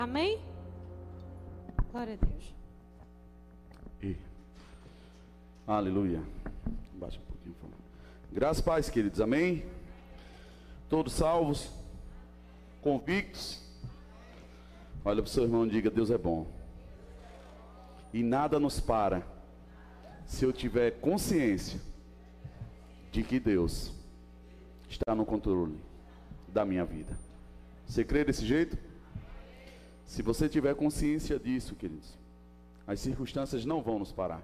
Amém? Glória a Deus. E, aleluia. Baixa um pouquinho, por favor. Graças e paz, queridos. Amém? Todos salvos? Convictos? Olha para o seu irmão e diga: Deus é bom. E nada nos para se eu tiver consciência de que Deus está no controle da minha vida. Você crê desse jeito? Se você tiver consciência disso, queridos, as circunstâncias não vão nos parar.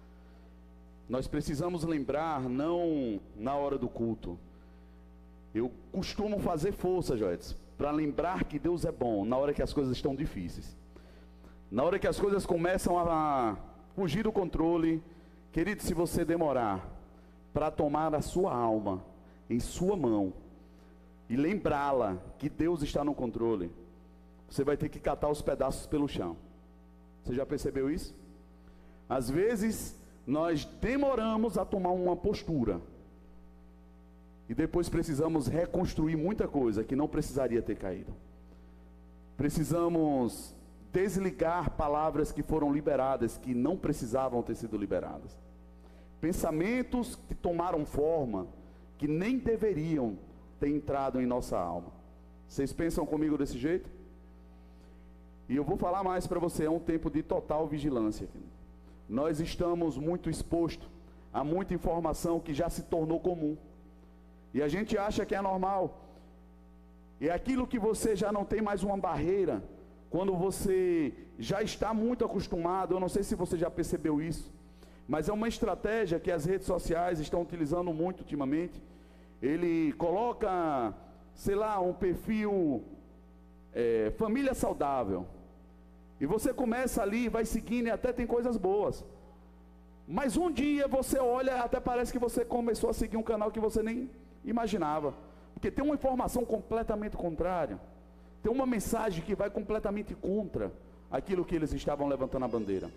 Nós precisamos lembrar, não na hora do culto. Eu costumo fazer força, Joetes, para lembrar que Deus é bom na hora que as coisas estão difíceis. Na hora que as coisas começam a fugir do controle. Querido, se você demorar para tomar a sua alma em sua mão e lembrá-la que Deus está no controle, você vai ter que catar os pedaços pelo chão. Você já percebeu isso? Às vezes nós demoramos a tomar uma postura e depois precisamos reconstruir muita coisa que não precisaria ter caído. Precisamos desligar palavras que foram liberadas, que não precisavam ter sido liberadas. Pensamentos que tomaram forma, que nem deveriam ter entrado em nossa alma. Vocês pensam comigo desse jeito? E eu vou falar mais para você, é um tempo de total vigilância. Nós estamos muito expostos a muita informação que já se tornou comum. E a gente acha que é normal. E aquilo que você já não tem mais uma barreira, quando você já está muito acostumado, eu não sei se você já percebeu isso, mas é uma estratégia que as redes sociais estão utilizando muito ultimamente. Ele coloca, sei lá, um perfil família saudável, e você começa ali, vai seguindo, e até tem coisas boas, mas um dia você olha, até parece que você começou a seguir um canal que você nem imaginava, porque tem uma informação completamente contrária, tem uma mensagem que vai completamente contra aquilo que eles estavam levantando a bandeira.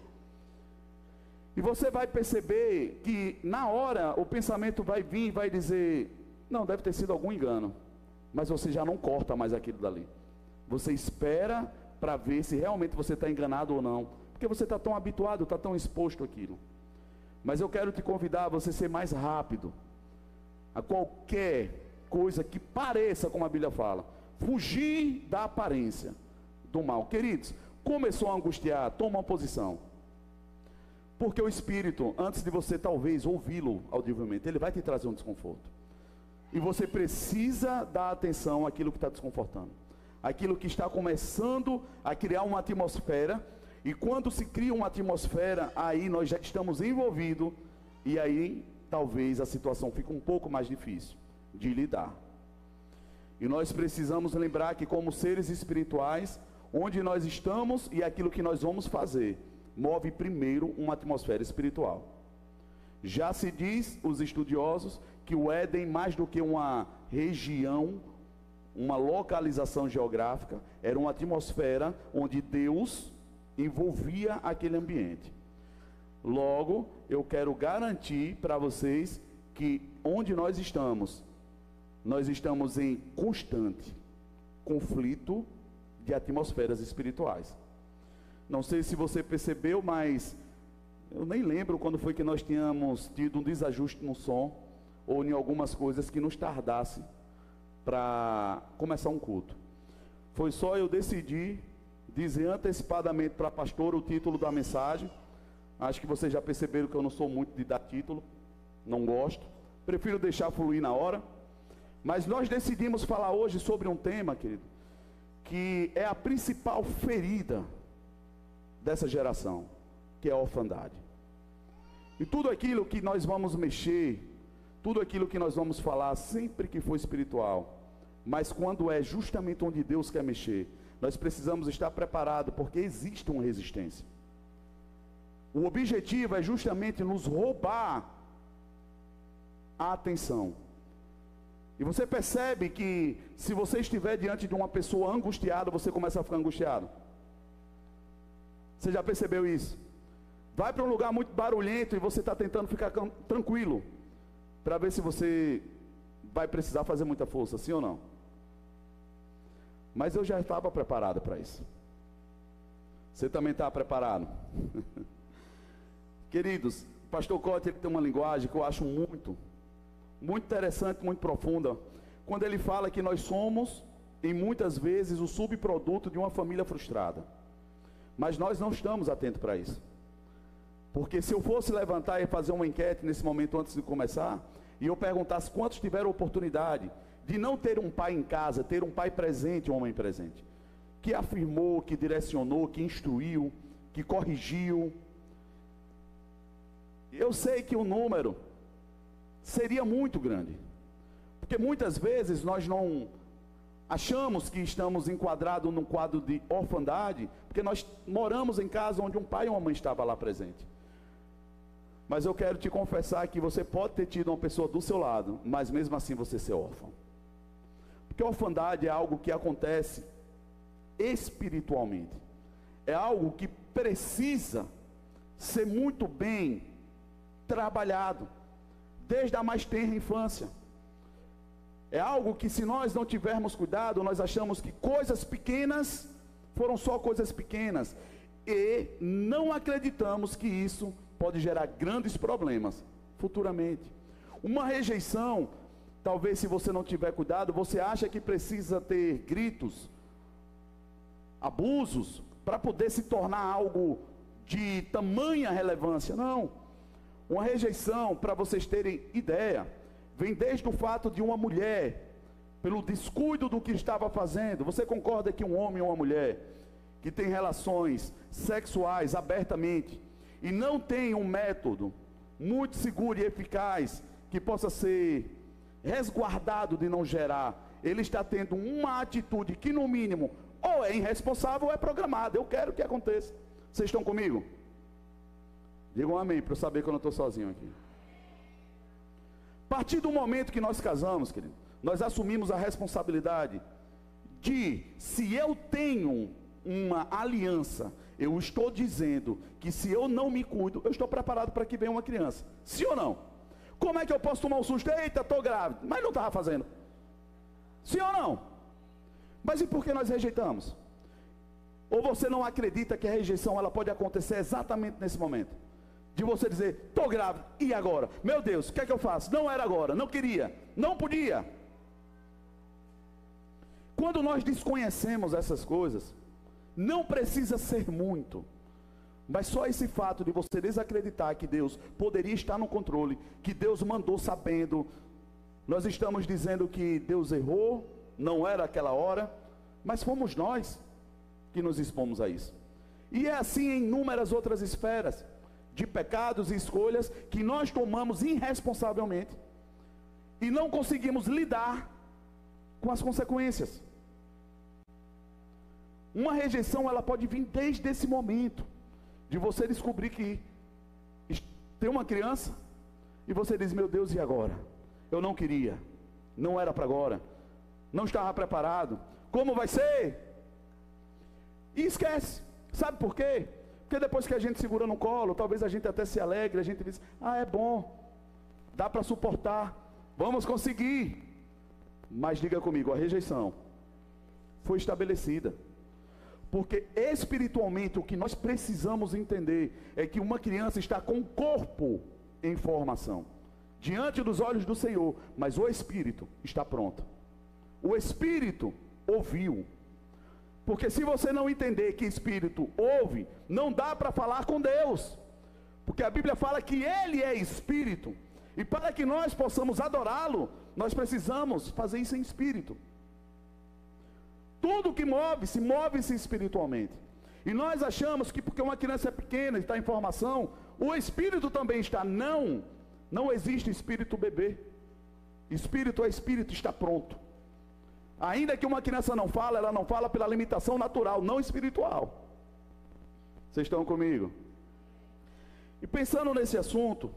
E você vai perceber que na hora o pensamento vai vir e vai dizer: não, deve ter sido algum engano. Mas você já não corta mais aquilo dali. Você espera para ver se realmente você está enganado ou não. Porque você está tão habituado, está tão exposto àquilo. Mas eu quero te convidar a você ser mais rápido a qualquer coisa que pareça, como a Bíblia fala. Fugir da aparência do mal. Queridos, começou a angustiar, toma uma posição. Porque o Espírito, antes de você talvez ouvi-lo audivelmente, ele vai te trazer um desconforto. E você precisa dar atenção àquilo que está desconfortando. Aquilo que está começando a criar uma atmosfera. E quando se cria uma atmosfera, aí nós já estamos envolvidos. E aí talvez a situação fique um pouco mais difícil de lidar. E nós precisamos lembrar que, como seres espirituais, onde nós estamos e aquilo que nós vamos fazer, move primeiro uma atmosfera espiritual. Já se diz, os estudiosos, que o Éden, mais do que uma região, uma localização geográfica, era uma atmosfera onde Deus envolvia aquele ambiente. Logo, eu quero garantir para vocês que onde nós estamos em constante conflito de atmosferas espirituais. Não sei se você percebeu, mas eu nem lembro quando foi que nós tínhamos tido um desajuste no som, ou em algumas coisas que nos tardasse para começar um culto. Foi só eu decidir dizer antecipadamente para a pastora o título da mensagem. Acho que vocês já perceberam que eu não sou muito de dar título, não gosto, prefiro deixar fluir na hora. Mas nós decidimos falar hoje sobre um tema, querido, que é a principal ferida dessa geração, que é a orfandade. E tudo aquilo que nós vamos mexer, tudo aquilo que nós vamos falar, sempre que for espiritual, mas quando é justamente onde Deus quer mexer, nós precisamos estar preparados, porque existe uma resistência. O objetivo é justamente nos roubar a atenção. E você percebe que se você estiver diante de uma pessoa angustiada, você começa a ficar angustiado. Você já percebeu isso? Vai para um lugar muito barulhento e você está tentando ficar tranquilo, para ver se você vai precisar fazer muita força, sim ou não? Mas eu já estava preparado para isso. Você também está preparado? Queridos, o pastor Cote, ele tem uma linguagem que eu acho muito interessante, muito profunda, quando ele fala que nós somos, em muitas vezes, o subproduto de uma família frustrada. Mas nós não estamos atentos para isso. Porque se eu fosse levantar e fazer uma enquete nesse momento antes de começar, e eu perguntasse quantos tiveram oportunidade de não ter um pai em casa, ter um pai presente, uma mãe presente, que afirmou, que direcionou, que instruiu, que corrigiu, eu sei que o número seria muito grande, porque muitas vezes nós não achamos que estamos enquadrados num quadro de orfandade, porque nós moramos em casa onde um pai e uma mãe estavam lá presente. Mas eu quero te confessar que você pode ter tido uma pessoa do seu lado, mas mesmo assim você ser órfão. Porque orfandade é algo que acontece espiritualmente. É algo que precisa ser muito bem trabalhado, desde a mais tenra infância. É algo que, se nós não tivermos cuidado, nós achamos que coisas pequenas foram só coisas pequenas, e não acreditamos que isso pode gerar grandes problemas futuramente. Uma rejeição, talvez, se você não tiver cuidado, você acha que precisa ter gritos, abusos, para poder se tornar algo de tamanha relevância. Não. Uma rejeição, para vocês terem ideia, vem desde o fato de uma mulher, pelo descuido do que estava fazendo. Você concorda que um homem ou uma mulher que tem relações sexuais abertamente e não tem um método muito seguro e eficaz que possa ser resguardado de não gerar, ele está tendo uma atitude que, no mínimo, ou é irresponsável ou é programada. Eu quero que aconteça. Vocês estão comigo? Digam amém, para eu saber que eu não estou sozinho aqui. A partir do momento que nós casamos, querido, nós assumimos a responsabilidade de, se eu tenho uma aliança, eu estou dizendo que, se eu não me cuido, eu estou preparado para que venha uma criança. Sim ou não? Como é que eu posso tomar um susto? Eita, estou grávida. Mas não estava fazendo. Sim ou não? Mas e por que nós rejeitamos? Ou você não acredita que a rejeição ela pode acontecer exatamente nesse momento? De você dizer, estou grávida, e agora? Meu Deus, o que é que eu faço? Não era agora, não queria, não podia. Quando nós desconhecemos essas coisas, não precisa ser muito, mas só esse fato de você desacreditar que Deus poderia estar no controle, que Deus mandou sabendo, nós estamos dizendo que Deus errou, não era aquela hora, mas fomos nós que nos expomos a isso. E é assim em inúmeras outras esferas de pecados e escolhas que nós tomamos irresponsavelmente e não conseguimos lidar com as consequências. Uma rejeição, ela pode vir desde esse momento de você descobrir que tem uma criança e você diz, meu Deus, e agora? Eu não queria, não era para agora, não estava preparado, como vai ser? E esquece. Sabe por quê? Porque depois que a gente segura no colo, talvez a gente até se alegre, a gente diz, é bom, dá para suportar, vamos conseguir. Mas diga comigo, a rejeição foi estabelecida. Porque espiritualmente o que nós precisamos entender é que uma criança está com o corpo em formação, diante dos olhos do Senhor, mas o espírito está pronto. O espírito ouviu. Porque se você não entender que espírito ouve, não dá para falar com Deus. Porque a Bíblia fala que Ele é espírito. E para que nós possamos adorá-lo, nós precisamos fazer isso em espírito. Tudo que move-se espiritualmente. E nós achamos que porque uma criança é pequena e está em formação, o espírito também está. Não existe espírito bebê. Espírito é espírito, está pronto. Ainda que uma criança não fala, ela não fala pela limitação natural, não espiritual. Vocês estão comigo? E pensando nesse assunto,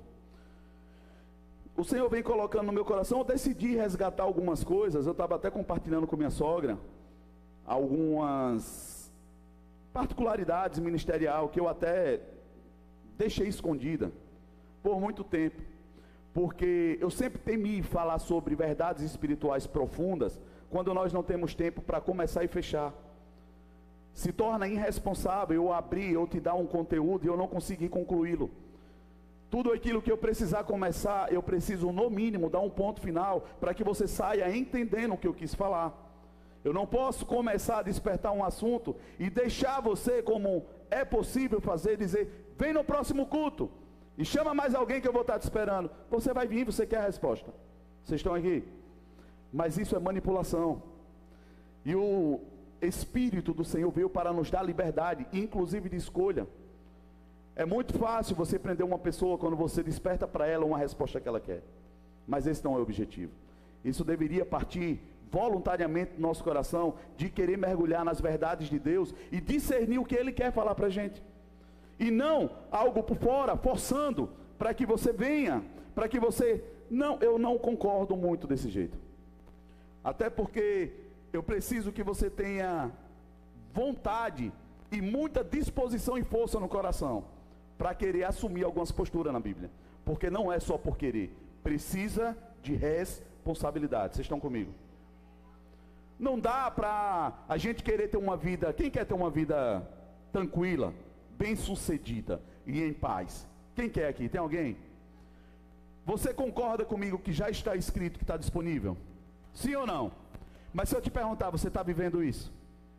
o Senhor vem colocando no meu coração, eu decidi resgatar algumas coisas. Eu estava até compartilhando com minha sogra algumas particularidades ministerial que eu até deixei escondida por muito tempo, porque eu sempre temi falar sobre verdades espirituais profundas quando nós não temos tempo para começar e fechar. se torna irresponsável eu abrir, eu te dar um conteúdo e eu não conseguir concluí-lo. Tudo aquilo que eu precisar começar, eu preciso no mínimo dar um ponto final, para que você saia entendendo o que eu quis falar. Eu não posso começar a despertar um assunto e deixar você, como é possível fazer, dizer, vem no próximo culto, e chama mais alguém que eu vou estar te esperando. Você vai vir, você quer a resposta. Vocês estão aqui? Mas isso é manipulação. E o Espírito do Senhor veio para nos dar liberdade, inclusive de escolha. É muito fácil você prender uma pessoa quando você desperta para ela uma resposta que ela quer. Mas esse não é o objetivo. Isso deveria partir voluntariamente do nosso coração, de querer mergulhar nas verdades de Deus e discernir o que Ele quer falar para a gente. E não algo por fora, forçando, para que você venha, para que você... Não, eu não concordo muito desse jeito. Até porque eu preciso que você tenha vontade e muita disposição e força no coração para querer assumir algumas posturas na Bíblia. Porque não é só por querer, precisa de responsabilidade. Vocês estão comigo? Não dá para a gente querer ter uma vida... Quem quer ter uma vida tranquila, bem-sucedida e em paz? Quem quer aqui? Tem alguém? Você concorda comigo que já está escrito, que está disponível? Sim ou não? Mas se eu te perguntar, você está vivendo isso?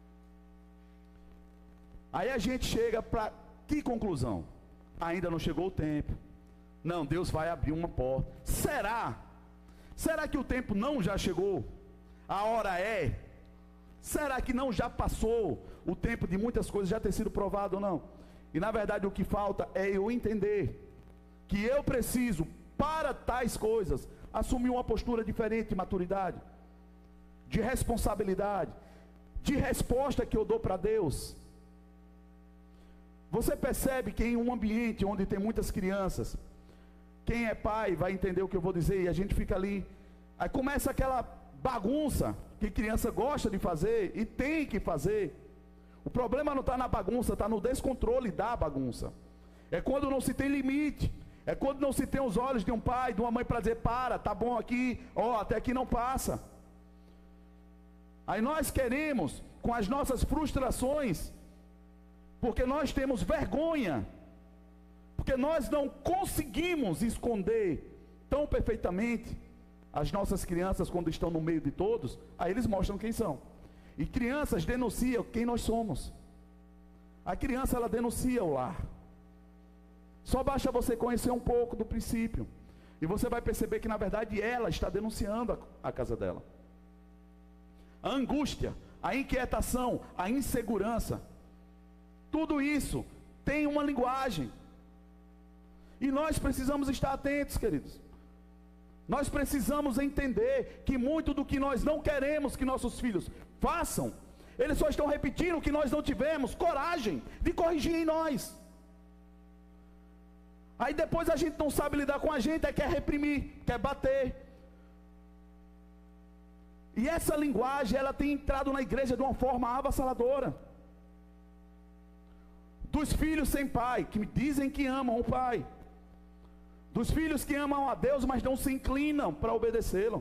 Aí a gente chega para que conclusão? Ainda não chegou o tempo. Não, Deus vai abrir uma porta. Será? Será que o tempo não já chegou? A hora é? Será que não já passou o tempo de muitas coisas já ter sido provado ou não? E na verdade o que falta é eu entender que eu preciso, para tais coisas, assumir uma postura diferente de maturidade, de responsabilidade, de resposta que eu dou para Deus. Você percebe que em um ambiente onde tem muitas crianças, quem é pai vai entender o que eu vou dizer, e a gente fica ali, aí começa aquela bagunça que criança gosta de fazer e tem que fazer. O problema não está na bagunça, está no descontrole da bagunça. É quando não se tem limite, é quando não se tem os olhos de um pai, de uma mãe para dizer, para, tá bom aqui, ó, até aqui não passa. Aí nós queremos, com as nossas frustrações, porque nós temos vergonha, porque nós não conseguimos esconder tão perfeitamente as nossas crianças quando estão no meio de todos, aí eles mostram quem são. E crianças denunciam quem nós somos. A criança, ela denuncia o lar. Só basta você conhecer um pouco do princípio, e você vai perceber que na verdade ela está denunciando a casa dela. A angústia, a inquietação, a insegurança, tudo isso tem uma linguagem. E nós precisamos estar atentos, queridos. Nós precisamos entender que muito do que nós não queremos que nossos filhos façam, eles só estão repetindo que nós não tivemos coragem de corrigir em nós. Aí depois a gente não sabe lidar com a gente, aí quer reprimir, quer bater. E essa linguagem, ela tem entrado na igreja de uma forma avassaladora. Dos filhos sem pai, que dizem que amam o pai. Dos filhos que amam a Deus, mas não se inclinam para obedecê-lo.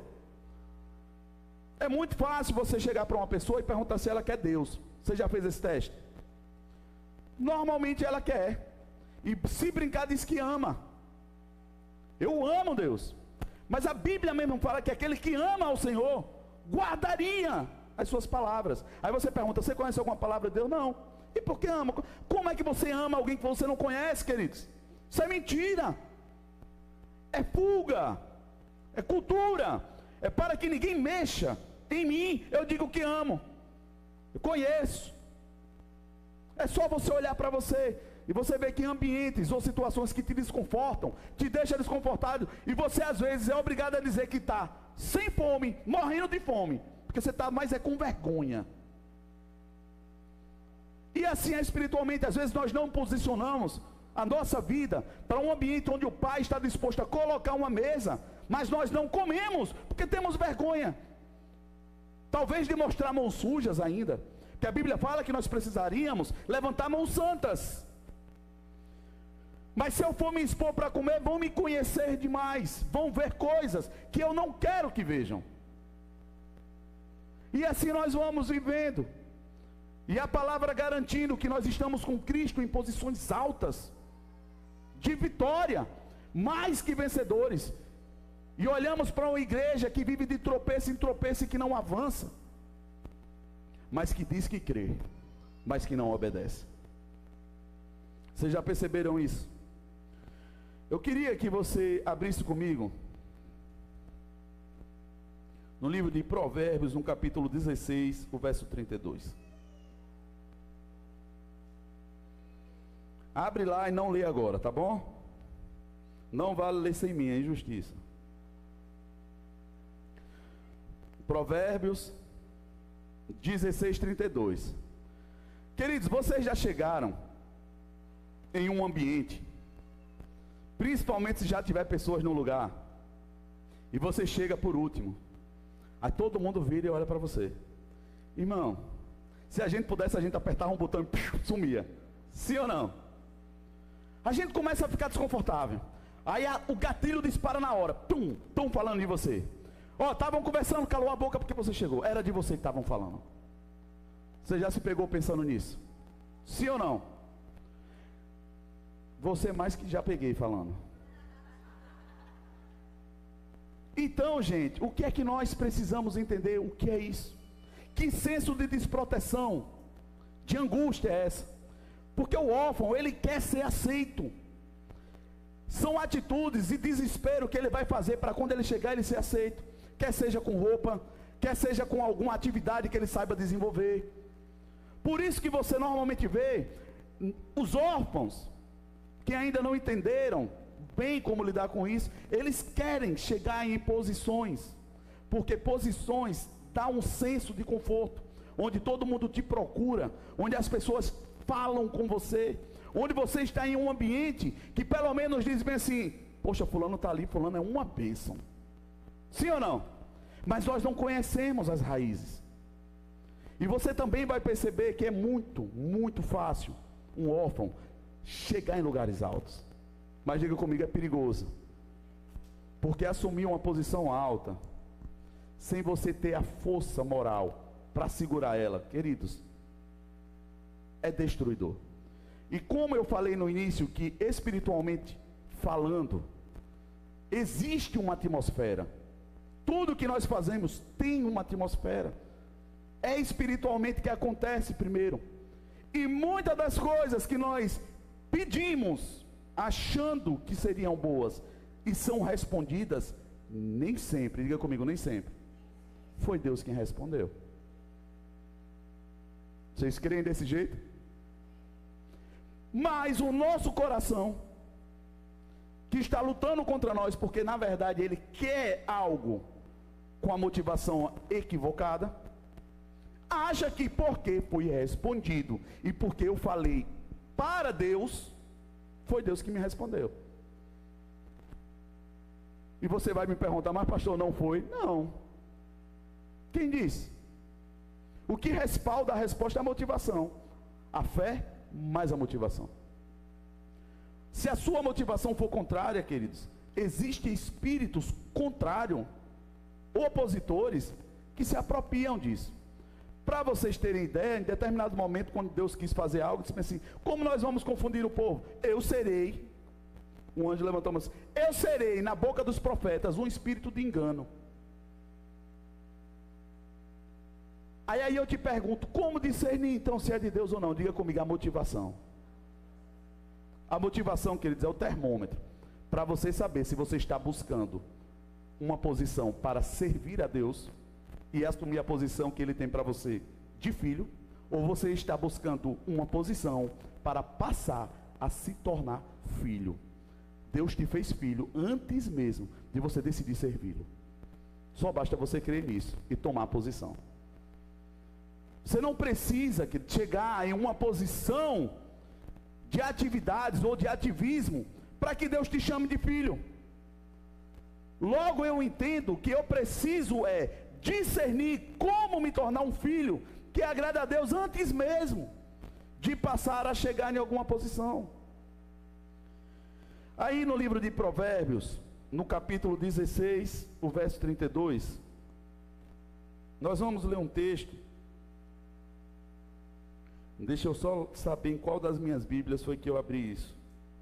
É muito fácil você chegar para uma pessoa e perguntar se ela quer Deus. Você já fez esse teste? Normalmente ela quer. E se brincar diz que ama. Eu amo Deus. Mas a Bíblia mesmo fala que aquele que ama ao Senhor guardaria as suas palavras. Aí você pergunta, você conhece alguma palavra de Deus? Não. E por que ama? Como é que você ama alguém que você não conhece, queridos? Isso é mentira. É fuga. É cultura. É para que ninguém mexa em mim. Eu digo que amo. Eu conheço. É só você olhar para você e você vê que em ambientes ou situações que te desconfortam, te deixam desconfortável, e você às vezes é obrigado a dizer que está sem fome, morrendo de fome, porque você está mais com vergonha. E assim é espiritualmente. Às vezes nós não posicionamos a nossa vida para um ambiente onde o pai está disposto a colocar uma mesa, mas nós não comemos, porque temos vergonha, talvez de mostrar mãos sujas ainda, porque a Bíblia fala que nós precisaríamos levantar mãos santas. Mas se eu for me expor para comer, vão me conhecer demais, vão ver coisas que eu não quero que vejam. E assim nós vamos vivendo. E a palavra garantindo que nós estamos com Cristo em posições altas, de vitória, mais que vencedores. E olhamos para uma igreja que vive de tropeço em tropeço e que não avança, mas que diz que crê, mas que não obedece. Vocês já perceberam isso? Eu queria que você abrisse comigo no livro de Provérbios, no capítulo 16, o verso 32. Abre lá e não lê agora, tá bom? Não vale ler sem mim, é injustiça. Provérbios 16, 32. Queridos, vocês já chegaram em um ambiente, principalmente se já tiver pessoas no lugar, e você chega por último, aí todo mundo vira e olha para você. Irmão, se a gente pudesse, a gente apertava um botão e sumia. Sim ou não? A gente começa a ficar desconfortável. Aí o gatilho dispara na hora. Estão falando de você. Estavam conversando, calou a boca porque você chegou. Era de você que estavam falando. Você já se pegou pensando nisso? Sim ou não? Você mais que já peguei falando. Então, gente, o que é que nós precisamos entender? O que é isso? Que senso de desproteção, de angústia é essa? Porque o órfão, ele quer ser aceito. São atitudes e desespero que ele vai fazer para quando ele chegar, ele ser aceito. Quer seja com roupa, quer seja com alguma atividade que ele saiba desenvolver. Por isso que você normalmente vê os órfãos, que ainda não entenderam bem como lidar com isso, eles querem chegar em posições, porque posições dá um senso de conforto, onde todo mundo te procura, onde as pessoas falam com você, onde você está em um ambiente que pelo menos diz bem assim: poxa, fulano está ali, fulano é uma bênção. Sim ou não? Mas nós não conhecemos as raízes. E você também vai perceber que é muito, muito fácil um órfão chegar em lugares altos. Mas diga comigo, é perigoso. Porque assumir uma posição alta, sem você ter a força moral para segurar ela, queridos, é destruidor. E como eu falei no início, que espiritualmente falando, existe uma atmosfera. Tudo que nós fazemos tem uma atmosfera. É espiritualmente que acontece primeiro. E muitas das coisas que nós pedimos, achando que seriam boas, e são respondidas, nem sempre, diga comigo, nem sempre, foi Deus quem respondeu. Vocês creem desse jeito? Mas o nosso coração, que está lutando contra nós, porque na verdade ele quer algo com a motivação equivocada, acha que porque foi respondido e porque eu falei para Deus, foi Deus que me respondeu. E você vai me perguntar: mas pastor, não foi? Não. Quem disse? O que respalda a resposta é a motivação. A fé mais a motivação. Se a sua motivação for contrária, queridos, existem espíritos contrários, opositores, que se apropriam disso. Para vocês terem ideia, em determinado momento, quando Deus quis fazer algo, disse assim: como nós vamos confundir o povo? Eu serei, um anjo levantou a mão, eu serei na boca dos profetas um espírito de engano. Aí eu te pergunto, como discernir então se é de Deus ou não? Diga comigo, a motivação. A motivação, queridos, é o termômetro para você saber se você está buscando uma posição para servir a Deus e assumir a posição que Ele tem para você de filho, ou você está buscando uma posição para passar a se tornar filho. Deus te fez filho antes mesmo de você decidir servi-lo. Só basta você crer nisso e tomar a posição. Você não precisa chegar em uma posição de atividades ou de ativismo para que Deus te chame de filho. Logo eu entendo que eu preciso discernir como me tornar um filho que agrada a Deus antes mesmo de passar a chegar em alguma posição. Aí no livro de Provérbios, no capítulo 16, o verso 32, nós vamos ler um texto Deixa eu só saber em qual das minhas Bíblias foi que eu abri isso.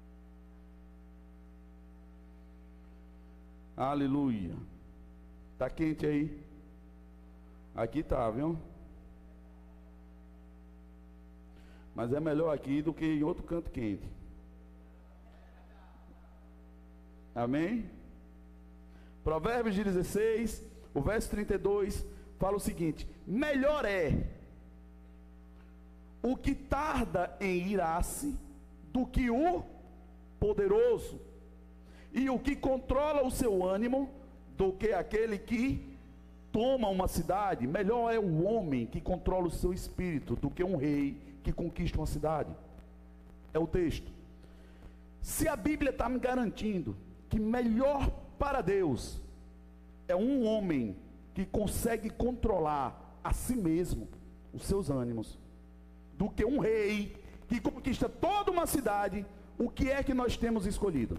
Aleluia. Está quente aí? Aqui tá, viu? Mas é melhor aqui do que em outro canto quente. Amém? Provérbios 16, o verso 32, fala o seguinte: melhor é o que tarda em irar-se do que o poderoso, e o que controla o seu ânimo do que aquele que toma uma cidade. Melhor é o homem que controla o seu espírito do que um rei que conquista uma cidade. É o texto. Se a Bíblia está me garantindo que melhor para Deus é um homem que consegue controlar a si mesmo, os seus ânimos, do que um rei que conquista toda uma cidade, o que é que nós temos escolhido?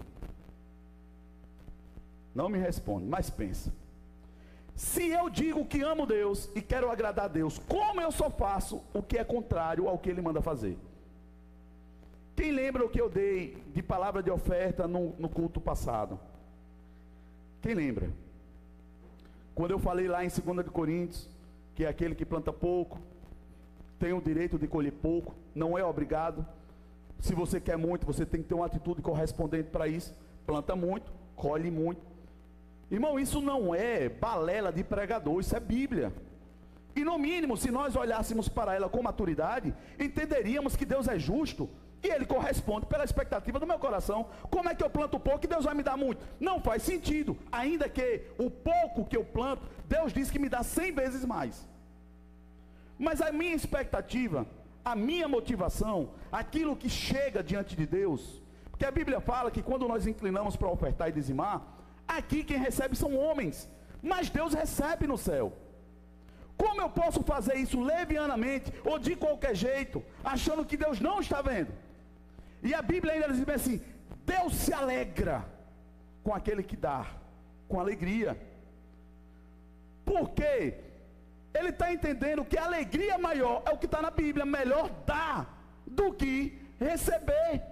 Não me responde, mas pensa. Se eu digo que amo Deus e quero agradar a Deus, como eu só faço o que é contrário ao que Ele manda fazer? Quem lembra o que eu dei de palavra de oferta no culto passado? Quem lembra? Quando eu falei lá em 2 de Coríntios, que é aquele que planta pouco, tem o direito de colher pouco, não é obrigado. Se você quer muito, você tem que ter uma atitude correspondente para isso. Planta muito, colhe muito. Irmão, isso não é balela de pregador, isso é Bíblia. E no mínimo, se nós olhássemos para ela com maturidade, entenderíamos que Deus é justo e Ele corresponde pela expectativa do meu coração. Como é que eu planto pouco e Deus vai me dar muito? Não faz sentido, ainda que o pouco que eu planto, Deus diz que me dá 100 vezes mais. Mas a minha expectativa, a minha motivação, aquilo que chega diante de Deus, porque a Bíblia fala que quando nós inclinamos para ofertar e dizimar, aqui quem recebe são homens, mas Deus recebe no céu. Como eu posso fazer isso levianamente, ou de qualquer jeito, achando que Deus não está vendo? E a Bíblia ainda diz assim: Deus se alegra com aquele que dá, com alegria. Por quê? Ele está entendendo que a alegria maior é o que está na Bíblia: melhor dar do que receber.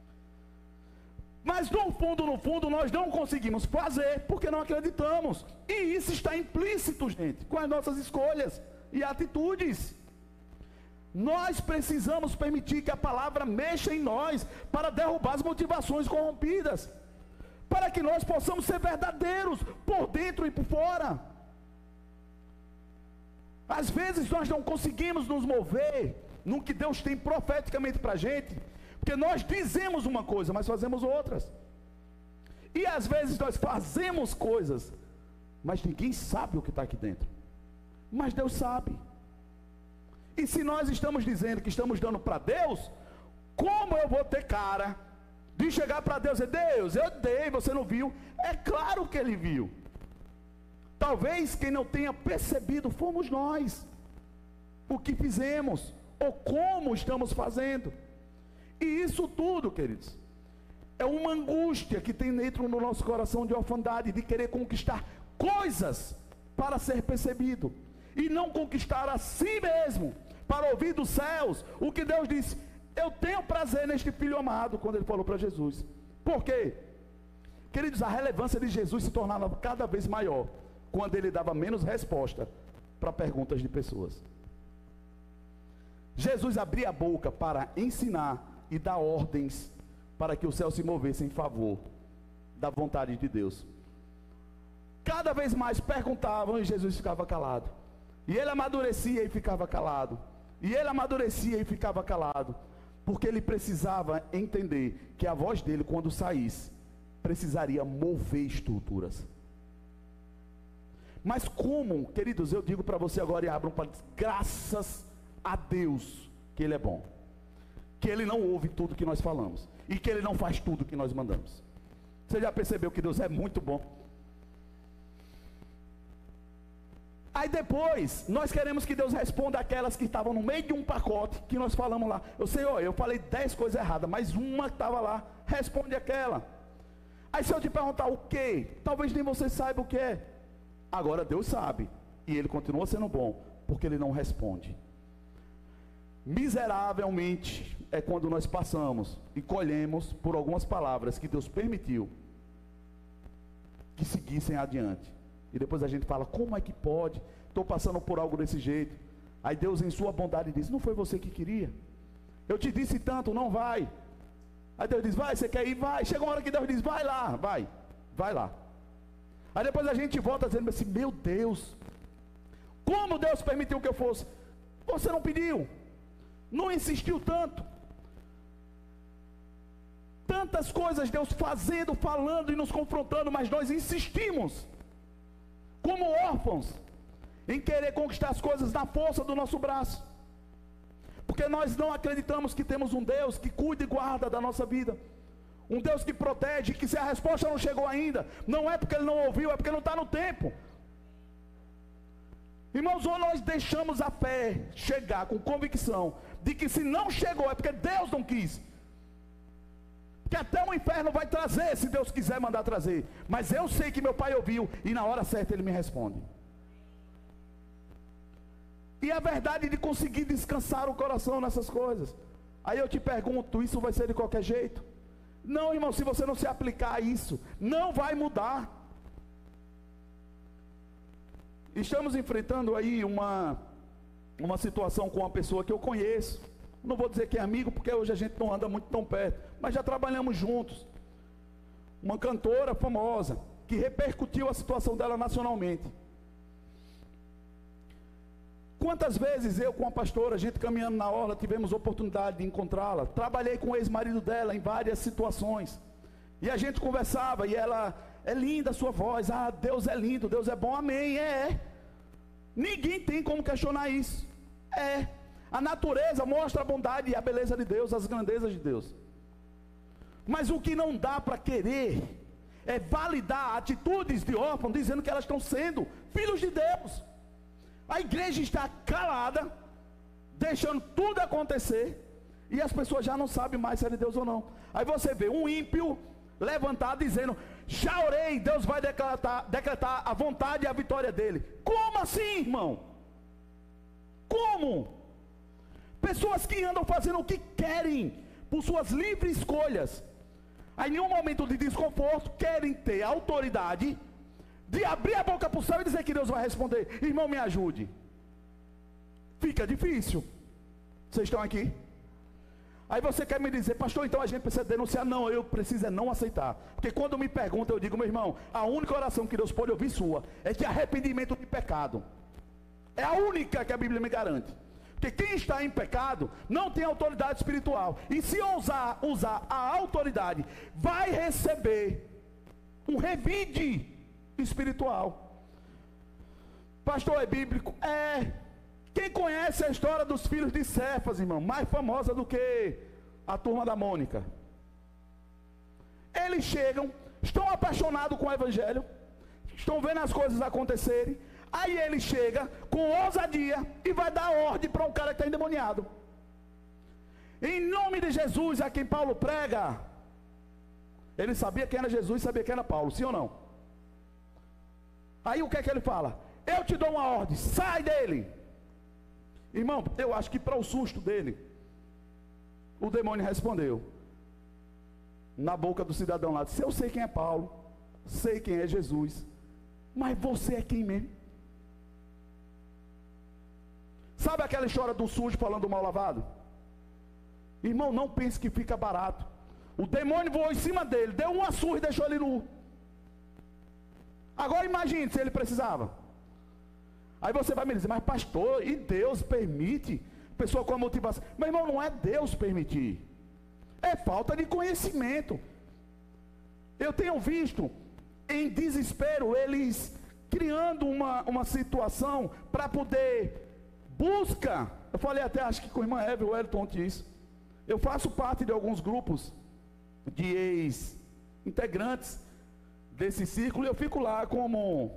Mas no fundo, nós não conseguimos fazer porque não acreditamos. E isso está implícito, gente, com as nossas escolhas e atitudes. Nós precisamos permitir que a palavra mexa em nós para derrubar as motivações corrompidas, para que nós possamos ser verdadeiros por dentro e por fora. Às vezes nós não conseguimos nos mover no que Deus tem profeticamente para a gente, porque nós dizemos uma coisa, mas fazemos outras. E às vezes nós fazemos coisas, mas ninguém sabe o que está aqui dentro. Mas Deus sabe. E se nós estamos dizendo que estamos dando para Deus, como eu vou ter cara de chegar para Deus e dizer: Deus, eu dei, você não viu? É claro que Ele viu. Talvez quem não tenha percebido fomos nós, o que fizemos, ou como estamos fazendo. E isso tudo, queridos, é uma angústia que tem dentro do nosso coração de orfandade, de querer conquistar coisas para ser percebido, e não conquistar a si mesmo, para ouvir dos céus o que Deus disse: eu tenho prazer neste filho amado, quando Ele falou para Jesus. Por quê? Queridos, a relevância de Jesus se tornava cada vez maior, quando Ele dava menos resposta para perguntas de pessoas. Jesus abria a boca para ensinar e dar ordens para que o céu se movesse em favor da vontade de Deus. Cada vez mais perguntavam e Jesus ficava calado. E ele amadurecia e ficava calado. E ele amadurecia e ficava calado. Porque ele precisava entender que a voz dele, quando saísse, precisaria mover estruturas. Mas como, queridos, eu digo para você agora e abro um parênteses: graças a Deus que Ele é bom, que Ele não ouve tudo que nós falamos, e que Ele não faz tudo que nós mandamos. Você já percebeu que Deus é muito bom? Aí depois, nós queremos que Deus responda aquelas que estavam no meio de um pacote, que nós falamos lá. Eu sei, eu falei 10 coisas erradas, mas uma estava lá, responde aquela. Aí se eu te perguntar o que, talvez nem você saiba o que é. Agora Deus sabe, e Ele continua sendo bom, porque Ele não responde. Miseravelmente é quando nós passamos e colhemos por algumas palavras que Deus permitiu que seguissem adiante. E depois a gente fala, como é que pode? Estou passando por algo desse jeito. Aí Deus em sua bondade diz, não foi você que queria? Eu te disse tanto, não vai. Aí Deus diz, vai, você quer ir? Vai. Chega uma hora que Deus diz, vai lá, vai lá. Aí depois a gente volta dizendo assim, meu Deus, como Deus permitiu que eu fosse? Você não pediu, não insistiu tanto. Tantas coisas Deus fazendo, falando e nos confrontando, mas nós insistimos, como órfãos, em querer conquistar as coisas na força do nosso braço. Porque nós não acreditamos que temos um Deus que cuida e guarda da nossa vida. Um Deus que protege, que se a resposta não chegou ainda, não é porque Ele não ouviu, é porque não está no tempo. Irmãos, ou nós deixamos a fé chegar com convicção de que se não chegou é porque Deus não quis. Que até o inferno vai trazer, se Deus quiser mandar trazer. Mas eu sei que meu Pai ouviu e na hora certa Ele me responde. E a verdade de conseguir descansar o coração nessas coisas. Aí eu te pergunto, isso vai ser de qualquer jeito? Não, irmão, se você não se aplicar a isso, não vai mudar. Estamos enfrentando aí uma situação com uma pessoa que eu conheço. Não vou dizer que é amigo, porque hoje a gente não anda muito tão perto, mas já trabalhamos juntos. Uma cantora famosa, que repercutiu a situação dela nacionalmente. Quantas vezes eu com a pastora, a gente caminhando na orla, tivemos oportunidade de encontrá-la. Trabalhei com o ex-marido dela em várias situações. E a gente conversava, e ela, é linda a sua voz, ah, Deus é lindo, Deus é bom, amém, é. Ninguém tem como questionar isso, é. A natureza mostra a bondade e a beleza de Deus, as grandezas de Deus. Mas o que não dá para querer, é validar atitudes de órfãos, dizendo que elas estão sendo filhos de Deus. A igreja está calada, deixando tudo acontecer, e as pessoas já não sabem mais se é de Deus ou não. Aí você vê um ímpio levantado dizendo, já orei, Deus vai decretar a vontade e a vitória dele. Como assim, irmão? Como? Pessoas que andam fazendo o que querem, por suas livres escolhas, aí em um momento de desconforto, querem ter a autoridade de abrir a boca para o céu e dizer que Deus vai responder. Irmão, me ajude. Fica difícil. Vocês estão aqui? Aí você quer me dizer, pastor, então a gente precisa denunciar? Não, eu preciso não aceitar. Porque quando me perguntam, eu digo, meu irmão, a única oração que Deus pode ouvir sua, é de arrependimento de pecado. É a única que a Bíblia me garante. Porque quem está em pecado, não tem autoridade espiritual. E se ousar usar a autoridade, vai receber um revide espiritual. Pastor, é bíblico? É. Quem conhece a história dos filhos de Cefas, irmão, mais famosa do que a turma da Mônica. Eles chegam, estão apaixonados com o evangelho, estão vendo as coisas acontecerem, aí ele chega com ousadia e vai dar ordem para um cara que está endemoniado. Em nome de Jesus, a quem Paulo prega. Ele sabia quem era Jesus, sabia quem era Paulo, sim ou não? Aí o que é que ele fala? Eu te dou uma ordem, sai dele. Irmão, eu acho que para o susto dele, o demônio respondeu, na boca do cidadão lá, disse, eu sei quem é Paulo, sei quem é Jesus, mas você é quem mesmo? Sabe aquela história do sujo falando do mal lavado? Irmão, não pense que fica barato. O demônio voou em cima dele, deu uma surra e deixou ele nu. Agora imagine se ele precisava. Aí você vai me dizer, mas pastor, e Deus permite? Pessoa com a motivação. Meu irmão, não é Deus permitir. É falta de conhecimento. Eu tenho visto, em desespero, eles criando uma situação para poder busca. Eu falei até, acho que com a irmã Eve, o Elton ontem isso. Eu faço parte de alguns grupos de ex-integrantes desse círculo, e eu fico lá como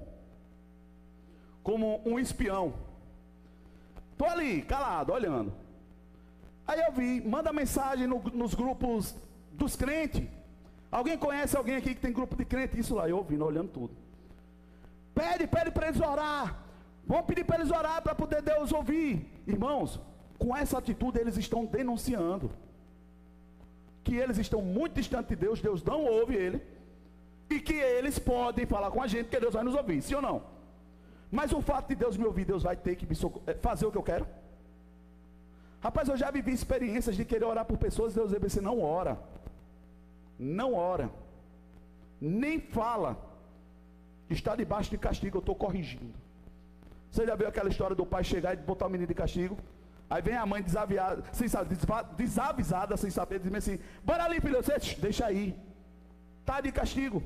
um espião. Estou ali, calado, olhando. Aí eu vi, manda mensagem nos grupos dos crentes. Alguém conhece alguém aqui que tem grupo de crente? Isso lá, eu ouvindo, olhando tudo. Pede para eles orar. Vamos pedir para eles orar para poder Deus ouvir. Irmãos, Com essa atitude eles estão denunciando que eles estão muito distantes de Deus, Deus não ouve ele, e que eles podem falar com a gente, que Deus vai nos ouvir, sim ou não? Mas o fato de Deus me ouvir, Deus vai ter que fazer o que eu quero? Rapaz, eu já vivi experiências de querer orar por pessoas, Deus disse, você não ora, não ora, nem fala, está debaixo de castigo, eu estou corrigindo. Você já viu aquela história do pai chegar e botar o menino de castigo? Aí vem a mãe desavisada, sem saber, diz assim, bora ali filho, você deixa aí, está de castigo.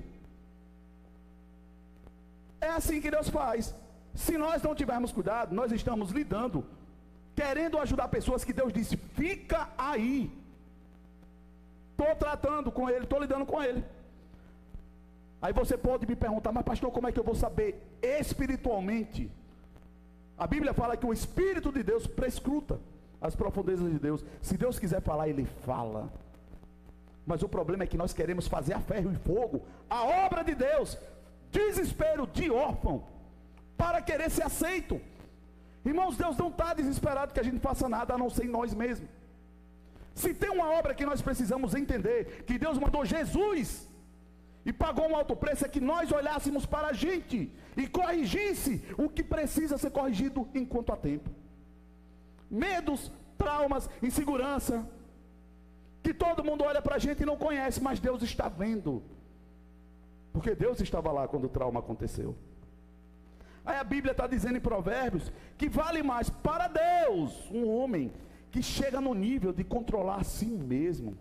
É assim que Deus faz. Se nós não tivermos cuidado, nós estamos lidando, querendo ajudar pessoas que Deus disse, fica aí. Estou tratando com ele, estou lidando com ele. Aí você pode me perguntar, mas pastor, como é que eu vou saber espiritualmente? A Bíblia fala que o Espírito de Deus prescruta as profundezas de Deus. Se Deus quiser falar, Ele fala. Mas o problema é que nós queremos fazer a ferro e fogo a obra de Deus, desespero de órfão, para querer ser aceito. Irmãos, Deus não está desesperado que a gente faça nada a não ser em nós mesmos. Se tem uma obra que nós precisamos entender, que Deus mandou Jesus e pagou um alto preço, é que nós olhássemos para a gente e corrigisse o que precisa ser corrigido enquanto há tempo. Medos, traumas, insegurança, que todo mundo olha para a gente e não conhece, mas Deus está vendo, porque Deus estava lá quando o trauma aconteceu. Aí a Bíblia está dizendo em Provérbios que vale mais para Deus um homem que chega no nível de controlar a si mesmo.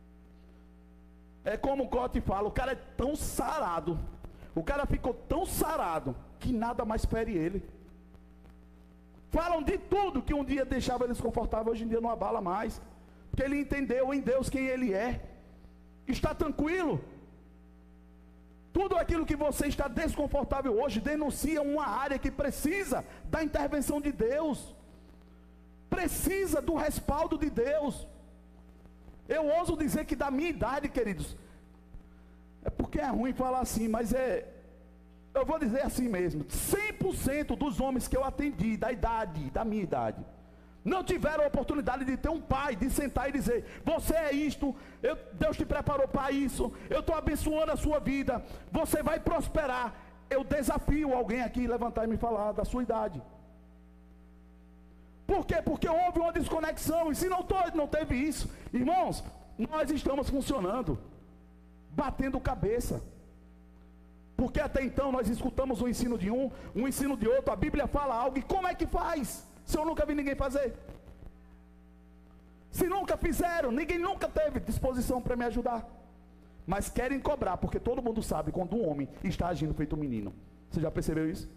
É como o Cote fala, o cara é tão sarado, o cara ficou tão sarado, que nada mais fere ele. Falam de tudo que um dia deixava ele desconfortável, hoje em dia não abala mais, porque ele entendeu em Deus quem ele é, está tranquilo. Tudo aquilo que você está desconfortável hoje, denuncia uma área que precisa da intervenção de Deus, precisa do respaldo de Deus. Eu ouso dizer que da minha idade, queridos, é porque é ruim falar assim, mas eu vou dizer assim mesmo, 100% dos homens que eu atendi, da minha idade, não tiveram a oportunidade de ter um pai, de sentar e dizer, você é isto, Deus te preparou para isso, eu estou abençoando a sua vida, você vai prosperar. Eu desafio alguém aqui levantar e me falar da sua idade. Por quê? Porque houve uma desconexão, e se não teve isso, irmãos, nós estamos funcionando, batendo cabeça, porque até então nós escutamos o ensino de um ensino de outro, a Bíblia fala algo, e como é que faz? Se eu nunca vi ninguém fazer, se nunca fizeram, ninguém nunca teve disposição para me ajudar, mas querem cobrar, porque todo mundo sabe quando um homem está agindo feito um menino. Você já percebeu isso?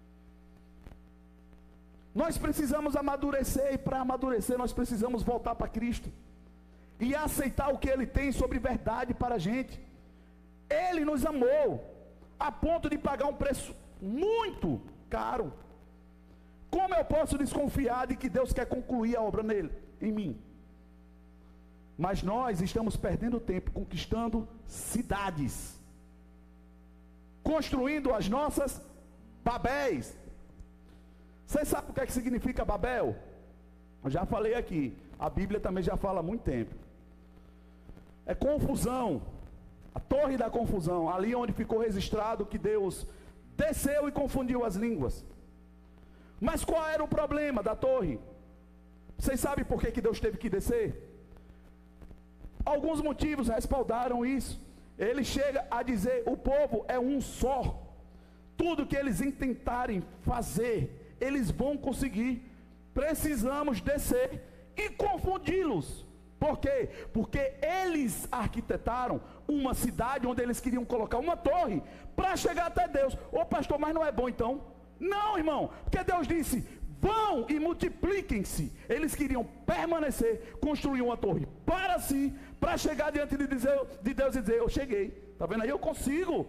Nós precisamos amadurecer, e para amadurecer nós precisamos voltar para Cristo e aceitar o que Ele tem sobre verdade para a gente. Ele nos amou a ponto de pagar um preço muito caro. Como eu posso desconfiar de que Deus quer concluir a obra nele, em mim? Mas nós estamos perdendo tempo conquistando cidades, construindo as nossas Babéis. Você sabe o que é que significa Babel? Eu já falei aqui, a Bíblia também já fala há muito tempo. É confusão, a torre da confusão, ali onde ficou registrado que Deus desceu e confundiu as línguas. Mas qual era o problema da torre? Vocês sabem por que Deus teve que descer? Alguns motivos respaldaram isso. Ele chega a dizer, o povo é um só, tudo que eles intentarem fazer, eles vão conseguir. Precisamos descer e confundi-los. Por quê? Porque eles arquitetaram uma cidade onde eles queriam colocar uma torre para chegar até Deus. Ô pastor, mas não é bom então? Não, irmão, porque Deus disse, vão e multipliquem-se. Eles queriam permanecer, construir uma torre para si, para chegar diante de Deus e dizer, eu cheguei, está vendo aí, eu consigo.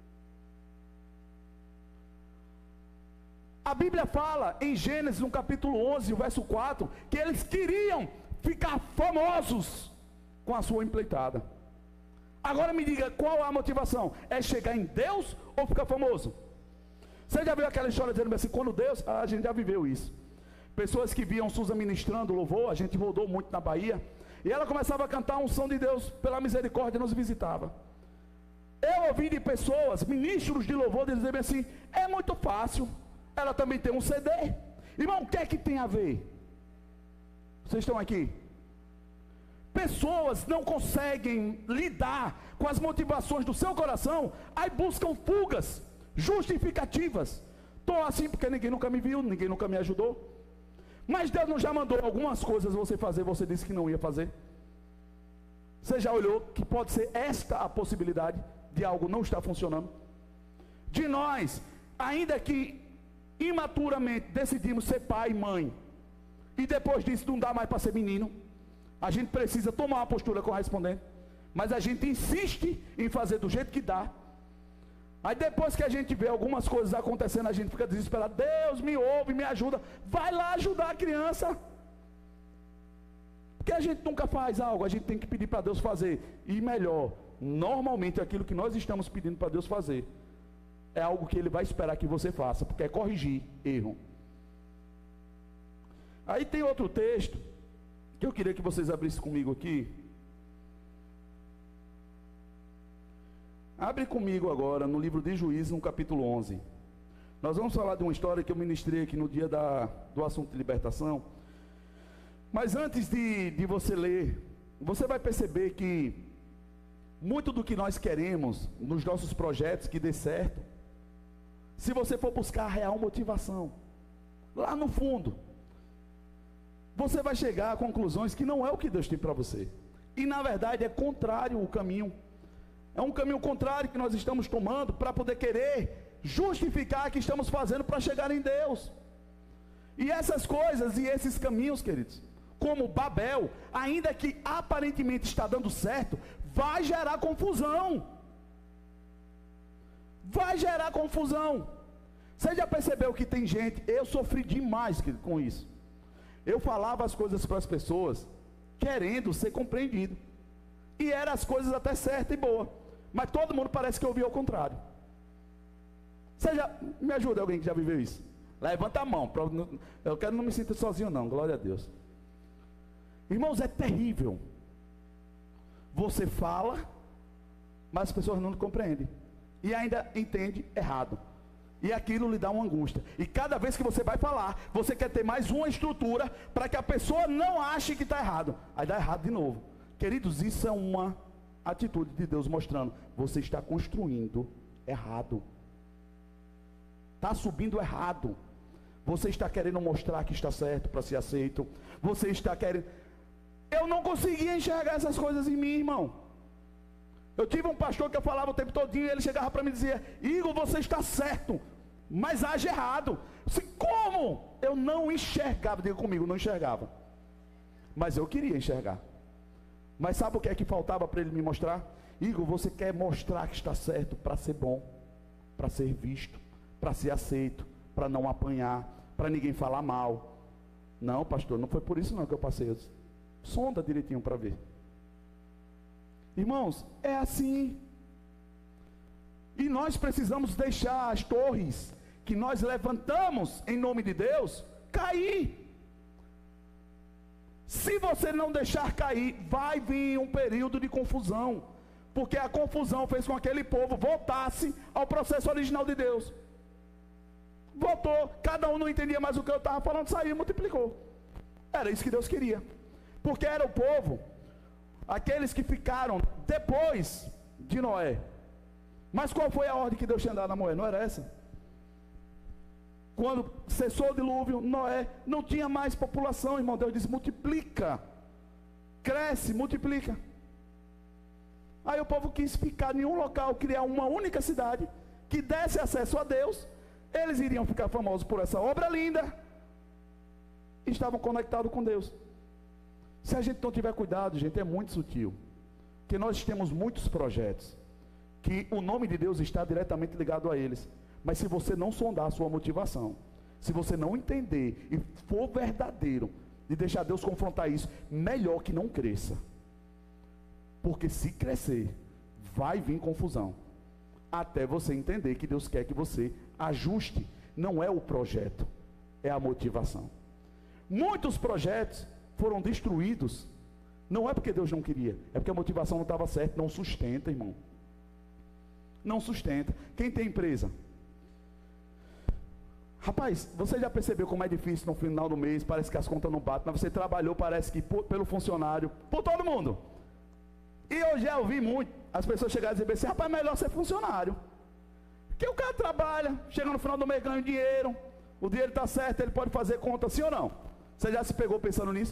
A Bíblia fala em Gênesis, no capítulo 11, verso 4, que eles queriam ficar famosos com a sua empreitada. Agora me diga, qual a motivação? É chegar em Deus ou ficar famoso? Você já viu aquela história dizendo assim, quando Deus, a gente já viveu isso. pessoas que viam Susan ministrando louvor, a gente rodou muito na Bahia, e ela começava a cantar a unção de Deus, pela misericórdia nos visitava. Eu ouvi de pessoas, ministros de louvor, dizerem assim, é muito fácil, ela também tem um CD. Irmão, o que é que tem a ver? Vocês estão aqui? Pessoas não conseguem lidar com as motivações do seu coração, aí buscam fugas, justificativas. Estou assim porque ninguém nunca me viu, ninguém nunca me ajudou. Mas Deus não já mandou algumas coisas você fazer, você disse que não ia fazer? Você já olhou que pode ser esta a possibilidade de algo não estar funcionando? De nós, ainda que imaturamente decidimos ser pai e mãe, e depois disso não dá mais para ser menino, a gente precisa tomar uma postura correspondente, mas a gente insiste em fazer do jeito que dá. Aí depois que a gente vê algumas coisas acontecendo, a gente fica desesperado. Deus me ouve, me ajuda. Vai lá ajudar a criança. Porque a gente nunca faz algo, a gente tem que pedir para Deus fazer. E melhor, normalmente aquilo que nós estamos pedindo para Deus fazer é algo que Ele vai esperar que você faça, porque é corrigir erro. Aí tem outro texto que eu queria que vocês abrissem comigo aqui. Abre comigo agora no livro de Juízes, no capítulo 11. Nós vamos falar de uma história que eu ministrei aqui no dia do assunto de libertação. Mas antes de você ler, você vai perceber que muito do que nós queremos nos nossos projetos que dê certo, se você for buscar a real motivação, lá no fundo, você vai chegar a conclusões que não é o que Deus tem para você. E na verdade é contrário o caminho. É um caminho contrário que nós estamos tomando para poder querer justificar que estamos fazendo para chegar em Deus. E essas coisas e esses caminhos, queridos, como Babel, ainda que aparentemente está dando certo, vai gerar confusão. Vai gerar confusão. Você já percebeu que tem gente, eu sofri demais com isso. Eu falava as coisas para as pessoas, querendo ser compreendido. E eram as coisas até certas e boas. Mas todo mundo parece que ouvia ao contrário. Você já, me ajuda alguém que já viveu isso? Levanta a mão. Eu quero não me sentir sozinho não, glória a Deus. Irmãos, é terrível. Você fala, mas as pessoas não compreendem. E ainda entende errado. E aquilo lhe dá uma angústia. E cada vez que você vai falar, você quer ter mais uma estrutura para que a pessoa não ache que está errado. Aí dá errado de novo. Queridos, isso é uma atitude de Deus mostrando, você está construindo errado. Está subindo errado. Você está querendo mostrar que está certo para ser aceito. Você está querendo... Eu não conseguia enxergar essas coisas em mim, irmão. Eu tive um pastor que eu falava o tempo todinho, e ele chegava para mim e dizia, Igor, você está certo, mas age errado. Disse, como? Eu não enxergava, diga comigo, não enxergava. Mas eu queria enxergar. Mas sabe o que é que faltava para ele me mostrar? Igor, você quer mostrar que está certo para ser bom, para ser visto, para ser aceito, para não apanhar, para ninguém falar mal. Não, pastor, não foi por isso não que eu passei. Sonda direitinho para ver. Irmãos, é assim. E nós precisamos deixar as torres que nós levantamos em nome de Deus cair. Se você não deixar cair, vai vir um período de confusão. Porque a confusão fez com que aquele povo voltasse ao processo original de Deus. Voltou, cada um não entendia mais o que eu estava falando, saiu, multiplicou. Era isso que Deus queria. Porque era o povo, aqueles que ficaram depois de Noé. Mas qual foi a ordem que Deus tinha dado a Noé? Não era essa? Quando cessou o dilúvio, Noé não tinha mais população, irmão. Deus disse, multiplica, cresce, multiplica. Aí o povo quis ficar em um local, criar uma única cidade, que desse acesso a Deus. Eles iriam ficar famosos por essa obra linda. E estavam conectados com Deus. Se a gente não tiver cuidado, gente, é muito sutil. Porque nós temos muitos projetos, que o nome de Deus está diretamente ligado a eles. Mas se você não sondar a sua motivação, se você não entender e for verdadeiro, de deixar Deus confrontar isso, melhor que não cresça. Porque se crescer, vai vir confusão. Até você entender que Deus quer que você ajuste. Não é o projeto, é a motivação. Muitos projetos foram destruídos. Não é porque Deus não queria, é porque a motivação não estava certa. Não sustenta, irmão. Não sustenta. Quem tem empresa? Rapaz, você já percebeu como é difícil no final do mês? Parece que as contas não batem, mas você trabalhou, parece que pelo funcionário, por todo mundo. E eu já ouvi muito as pessoas chegarem e dizer assim: rapaz, é melhor ser funcionário. Porque o cara trabalha, chega no final do mês, ganha dinheiro, o dinheiro está certo, ele pode fazer conta, sim ou não? Você já se pegou pensando nisso?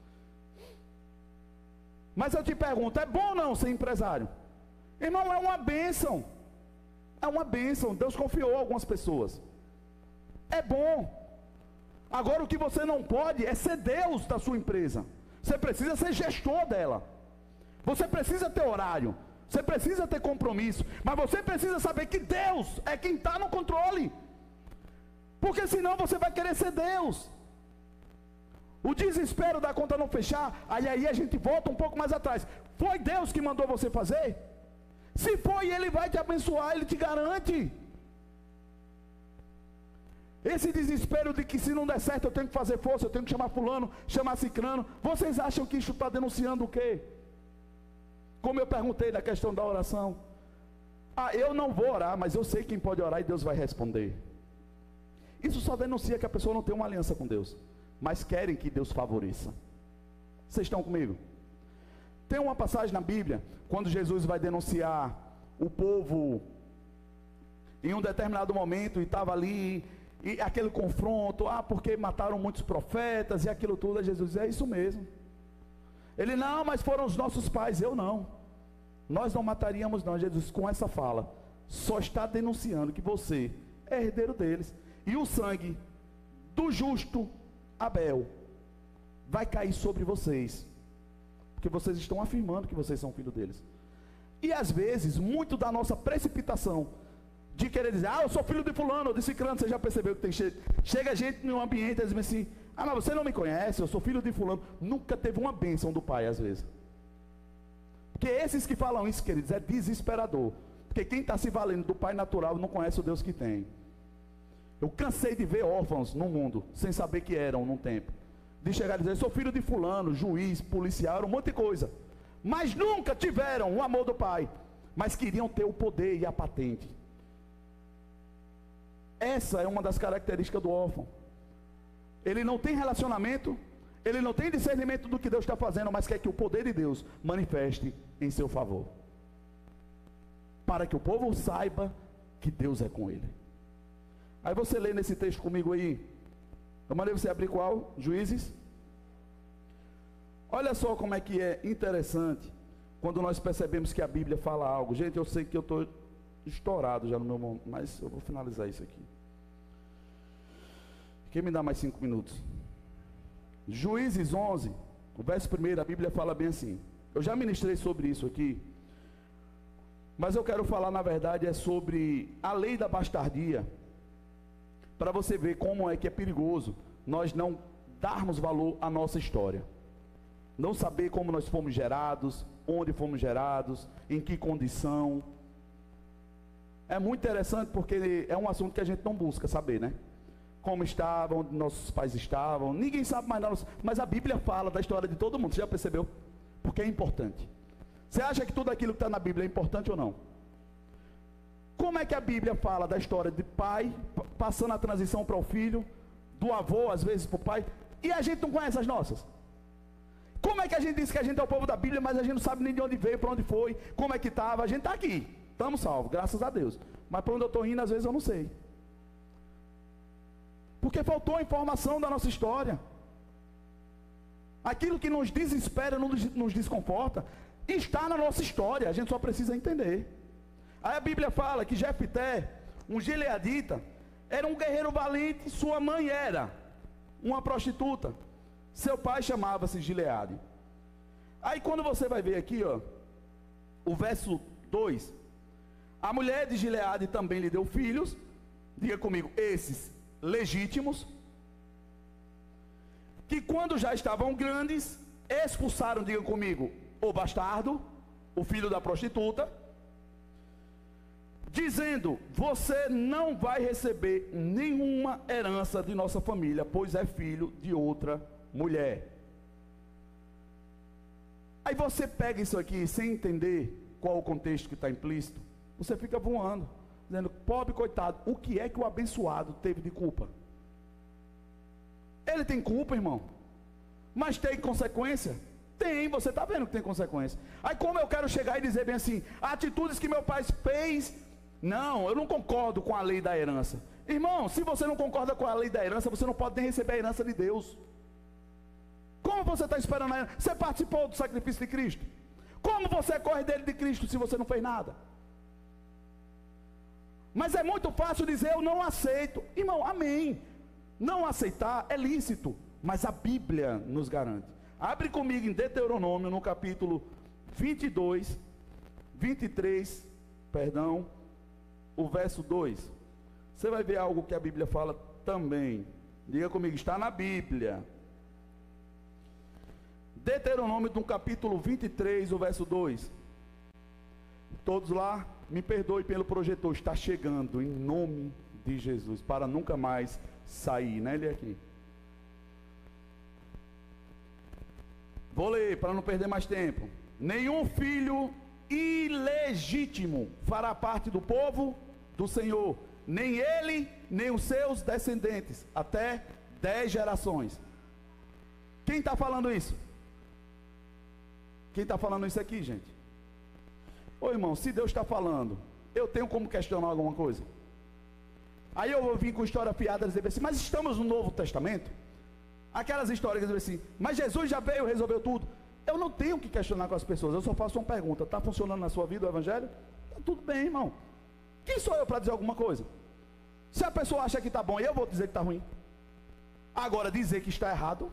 Mas eu te pergunto, é bom ou não ser empresário? Irmão, é uma bênção. É uma bênção. Deus confiou a algumas pessoas. É bom. Agora o que você não pode é ser Deus da sua empresa. Você precisa ser gestor dela. Você precisa ter horário. Você precisa ter compromisso. Mas você precisa saber que Deus é quem está no controle. Porque senão você vai querer ser Deus. O desespero da conta não fechar, aí a gente volta um pouco mais atrás. Foi Deus que mandou você fazer? Se foi, Ele vai te abençoar, Ele te garante. Esse desespero de que se não der certo eu tenho que fazer força, eu tenho que chamar fulano, chamar cicrano. Vocês acham que isso está denunciando o quê? Como eu perguntei na questão da oração. Eu não vou orar, mas eu sei quem pode orar e Deus vai responder. Isso só denuncia que a pessoa não tem uma aliança com Deus, mas querem que Deus favoreça. Vocês estão comigo? Tem uma passagem na Bíblia, quando Jesus vai denunciar o povo em um determinado momento, e estava ali, e aquele confronto, porque mataram muitos profetas, e aquilo tudo, aí Jesus diz: é isso mesmo. Ele: não, mas foram os nossos pais. Eu não. Nós não mataríamos não. Jesus, com essa fala, só está denunciando que você é herdeiro deles. E o sangue do justo Abel vai cair sobre vocês, porque vocês estão afirmando que vocês são filho deles. E às vezes, muito da nossa precipitação de querer dizer: eu sou filho de fulano ou de cicrano. Você já percebeu que tem chega gente no ambiente e diz assim: mas você não me conhece, eu sou filho de fulano. Nunca teve uma bênção do pai, às vezes. Porque esses que falam isso, queridos, é desesperador. Porque quem está se valendo do pai natural não conhece o Deus que tem. Eu cansei de ver órfãos no mundo, sem saber que eram num tempo. De chegar e dizer: sou filho de fulano, juiz, policial, um monte de coisa. Mas nunca tiveram o amor do pai. Mas queriam ter o poder e a patente. Essa é uma das características do órfão. Ele não tem relacionamento, ele não tem discernimento do que Deus está fazendo, mas quer que o poder de Deus manifeste em seu favor. Para que o povo saiba que Deus é com ele. Aí você lê nesse texto comigo aí. Eu mandei você abrir qual? Juízes. Olha só como é que é interessante quando nós percebemos que a Bíblia fala algo. Gente, eu sei que eu estou estourado já no meu momento, mas eu vou finalizar isso aqui. Quem me dá mais 5 minutos? Juízes 11, o verso 1, a Bíblia fala bem assim. Eu já ministrei sobre isso aqui, mas eu quero falar, na verdade, é sobre a lei da bastardia, para você ver como é que é perigoso nós não darmos valor à nossa história, não saber como nós fomos gerados, onde fomos gerados, em que condição. É muito interessante porque é um assunto que a gente não busca saber, né? Como estavam, onde nossos pais estavam, ninguém sabe mais nada, mas a Bíblia fala da história de todo mundo. Você já percebeu? Porque é importante. Você acha que tudo aquilo que está na Bíblia é importante ou não? Como é que a Bíblia fala da história de pai, passando a transição para o filho, do avô às vezes para o pai, e a gente não conhece as nossas? Como é que a gente diz que a gente é o povo da Bíblia, mas a gente não sabe nem de onde veio, para onde foi, como é que estava? A gente está aqui, estamos salvos, graças a Deus, mas para onde eu estou indo às vezes eu não sei, porque faltou a informação da nossa história. Aquilo que nos desespera, nos desconforta, está na nossa história, a gente só precisa entender. Aí a Bíblia fala que Jefté, um gileadita, era um guerreiro valente, sua mãe era uma prostituta, seu pai chamava-se Gileade. Aí quando você vai ver aqui, o verso 2, a mulher de Gileade também lhe deu filhos, diga comigo, esses legítimos, que quando já estavam grandes, expulsaram, diga comigo, o bastardo, o filho da prostituta. dizendo: você não vai receber nenhuma herança de nossa família, pois é filho de outra mulher. Aí você pega isso aqui sem entender qual o contexto que está implícito, você fica voando, dizendo: pobre coitado, o que é que o abençoado teve de culpa? Ele tem culpa, irmão, mas tem consequência? Tem, você está vendo que tem consequência. Aí como eu quero chegar e dizer bem assim, atitudes que meu pai fez, não, eu não concordo com a lei da herança. Irmão, se você não concorda com a lei da herança, você não pode nem receber a herança de Deus. Como você está esperando a herança? Você participou do sacrifício de Cristo? Como você corre dele de Cristo se você não fez nada? Mas é muito fácil dizer: eu não aceito. Irmão, amém. Não aceitar é lícito, mas a Bíblia nos garante. Abre comigo em Deuteronômio, no capítulo 23, o verso 2. Você vai ver algo que a Bíblia fala também. Diga comigo, está na Bíblia. Deuteronômio, no capítulo 23, o verso 2. Todos lá, me perdoe pelo projetor, está chegando em nome de Jesus, para nunca mais sair, né? Ele aqui. Vou ler para não perder mais tempo. Nenhum filho ilegítimo fará parte do povo do Senhor, nem ele, nem os seus descendentes, até 10 gerações. Quem está falando isso? Quem está falando isso aqui, gente? Ô irmão, se Deus está falando, eu tenho como questionar alguma coisa? Aí eu vou vir com história fiada e dizer assim: mas estamos no Novo Testamento? Aquelas histórias que dizem assim: mas Jesus já veio e resolveu tudo. Eu não tenho que questionar com as pessoas, eu só faço uma pergunta: está funcionando na sua vida o Evangelho? Está tudo bem, irmão. Quem sou eu para dizer alguma coisa? Se a pessoa acha que está bom, eu vou dizer que está ruim. Agora, dizer que está errado,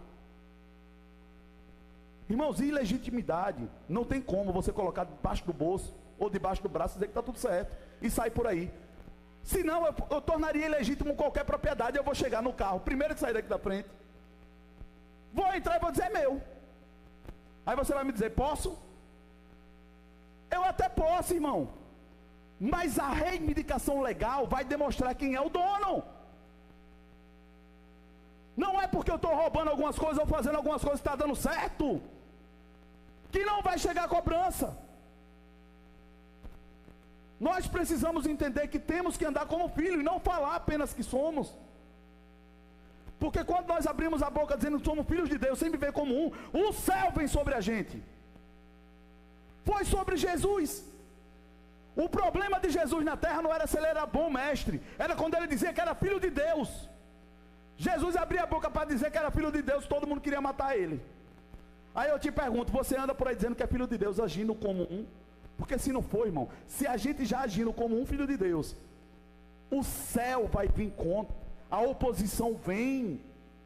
irmãos, ilegitimidade não tem como você colocar debaixo do bolso ou debaixo do braço e dizer que está tudo certo e sair por aí. Senão eu tornaria ilegítimo qualquer propriedade. Eu vou chegar no carro, primeiro que sair daqui da frente, vou entrar e vou dizer: é meu. Aí você vai me dizer: posso? Eu até posso, irmão, mas a reivindicação legal vai demonstrar quem é o dono. Não é porque eu estou roubando algumas coisas ou fazendo algumas coisas que está dando certo que não vai chegar a cobrança. Nós precisamos entender que temos que andar como filho e não falar apenas que somos. Porque quando nós abrimos a boca dizendo que somos filhos de Deus, sem viver como um, o céu vem sobre a gente. Foi sobre Jesus. O problema de Jesus na terra não era se ele era bom mestre, era quando ele dizia que era filho de Deus. Jesus abria a boca para dizer que era filho de Deus, todo mundo queria matar ele. Aí eu te pergunto: você anda por aí dizendo que é filho de Deus, agindo como um? Porque se não for, irmão, se a gente já agindo como um filho de Deus, o céu vai vir contra, a oposição vem.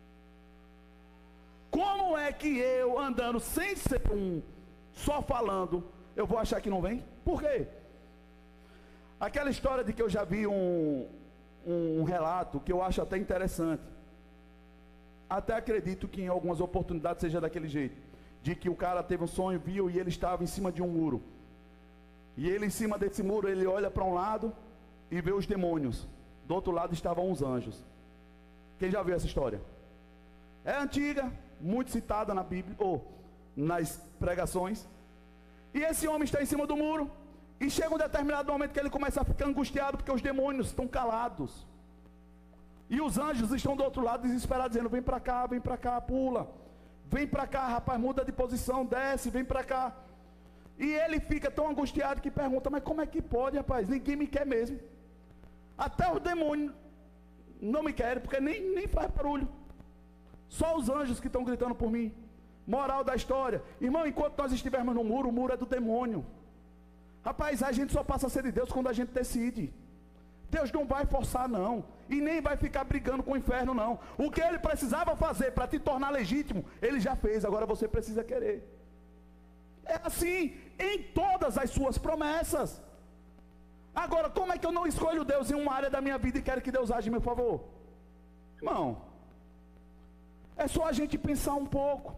Como é que eu, andando sem ser um, só falando, eu vou achar que não vem? Por quê? Aquela história de que eu já vi um relato que eu acho até interessante. Até acredito que em algumas oportunidades seja daquele jeito, de que o cara teve um sonho, viu, e ele estava em cima de um muro, e ele em cima desse muro, ele olha para um lado e vê os demônios, do outro lado estavam os anjos. Quem já viu essa história? É antiga, muito citada na Bíblia, ou nas pregações. E esse homem está em cima do muro, e chega um determinado momento que ele começa a ficar angustiado, porque os demônios estão calados, e os anjos estão do outro lado desesperados, dizendo: vem para cá, pula, vem para cá, rapaz, muda de posição, desce, vem para cá. E ele fica tão angustiado que pergunta: mas como é que pode, rapaz? Ninguém me quer mesmo. Até os demônios não me querem, porque nem faz barulho. Só os anjos que estão gritando por mim. Moral da história, irmão, enquanto nós estivermos no muro, o muro é do demônio. Rapaz, a gente só passa a ser de Deus quando a gente decide. Deus não vai forçar não, e nem vai ficar brigando com o inferno não. O que ele precisava fazer para te tornar legítimo, ele já fez, agora você precisa querer. É assim em todas as suas promessas. Agora, como é que eu não escolho Deus em uma área da minha vida e quero que Deus age em meu favor? Irmão, é só a gente pensar um pouco.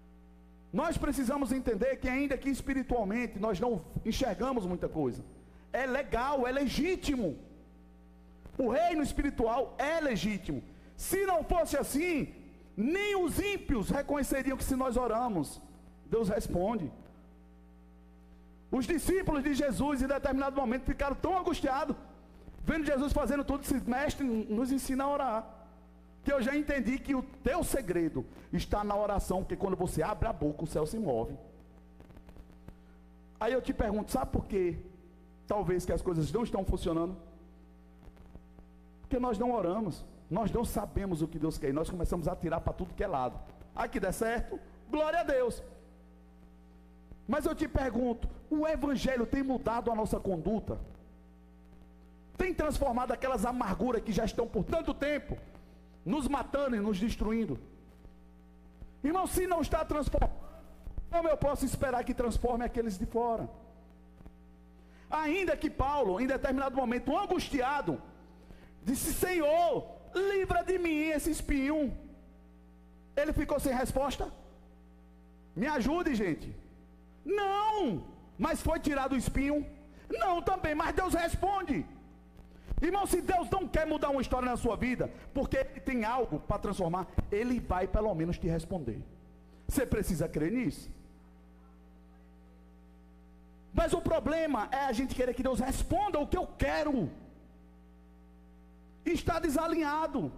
Nós precisamos entender que ainda que espiritualmente nós não enxergamos muita coisa, é legal, é legítimo. O reino espiritual é legítimo. Se não fosse assim, nem os ímpios reconheceriam que se nós oramos, Deus responde. Os discípulos de Jesus, em determinado momento, ficaram tão angustiados, vendo Jesus fazendo tudo, disse: mestre, nos ensina a orar. Que eu já entendi que o teu segredo está na oração, porque quando você abre a boca, o céu se move. Aí eu te pergunto, sabe por quê? Talvez que as coisas não estão funcionando. Porque nós não oramos, nós não sabemos o que Deus quer, e nós começamos a tirar para tudo que é lado. Aqui der certo, glória a Deus. Mas eu te pergunto, o Evangelho tem mudado a nossa conduta? Tem transformado aquelas amarguras que já estão por tanto tempo nos matando e nos destruindo? Irmão, se não está transformando, como eu posso esperar que transforme aqueles de fora? Ainda que Paulo, em determinado momento, angustiado, disse: Senhor, livra de mim esse espinho. Ele ficou sem resposta? Me ajude, gente. Não, mas foi tirado o espinho? Não, também, mas Deus responde. Irmão, se Deus não quer mudar uma história na sua vida, porque Ele tem algo para transformar, Ele vai pelo menos te responder. Você precisa crer nisso. Mas o problema é a gente querer que Deus responda o que eu quero. Está desalinhado.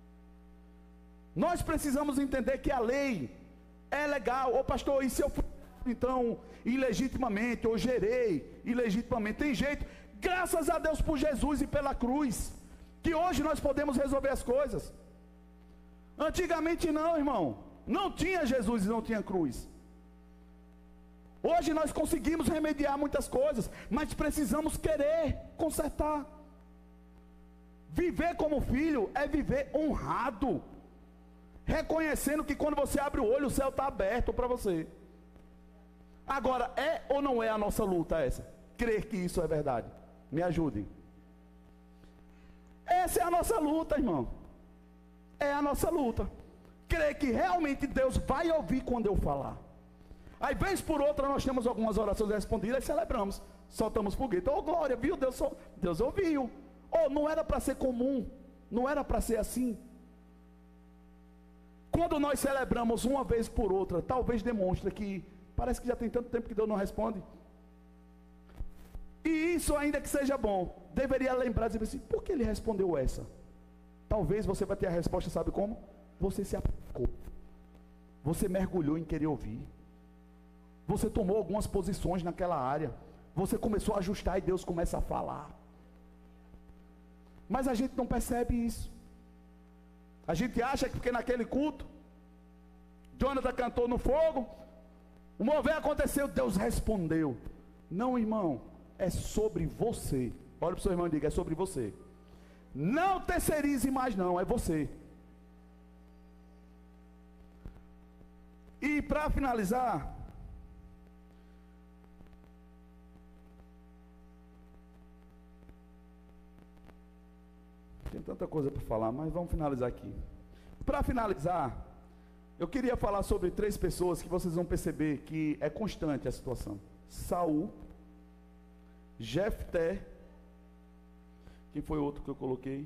Nós precisamos entender que a lei é legal. Ô pastor, e se eu for então ilegitimamente, ou gerei ilegitimamente? Tem jeito, graças a Deus por Jesus e pela cruz, que hoje nós podemos resolver as coisas. Antigamente não, irmão, não tinha Jesus e não tinha cruz. Hoje nós conseguimos remediar muitas coisas, mas precisamos querer consertar. Viver como filho é viver honrado, reconhecendo que quando você abre o olho, o céu está aberto para você. Agora, é ou não é a nossa luta essa? Crer que isso é verdade? Me ajudem. Essa é a nossa luta, irmão. É a nossa luta. Crer que realmente Deus vai ouvir quando eu falar. Aí, vez por outra, nós temos algumas orações respondidas e celebramos. Soltamos foguete. Oh, glória, viu? Deus ouviu. Oh, não era para ser comum. Não era para ser assim. Quando nós celebramos uma vez por outra, talvez demonstre que parece que já tem tanto tempo que Deus não responde. E isso, ainda que seja bom, deveria lembrar e dizer assim: por que Ele respondeu essa? Talvez você vai ter a resposta, sabe como? Você se aplicou. Você mergulhou em querer ouvir. Você tomou algumas posições naquela área. Você começou a ajustar e Deus começa a falar. Mas a gente não percebe isso. A gente acha que porque naquele culto Jonathan cantou no fogo, o mover aconteceu, Deus respondeu. Não, irmão, é sobre você. Olha para o seu irmão e diga: é sobre você. Não terceirize mais não, é você. E para finalizar, tem tanta coisa para falar, mas vamos finalizar aqui. Para finalizar, eu queria falar sobre 3 pessoas que vocês vão perceber que é constante a situação: Saul, Jefté, quem foi outro que eu coloquei?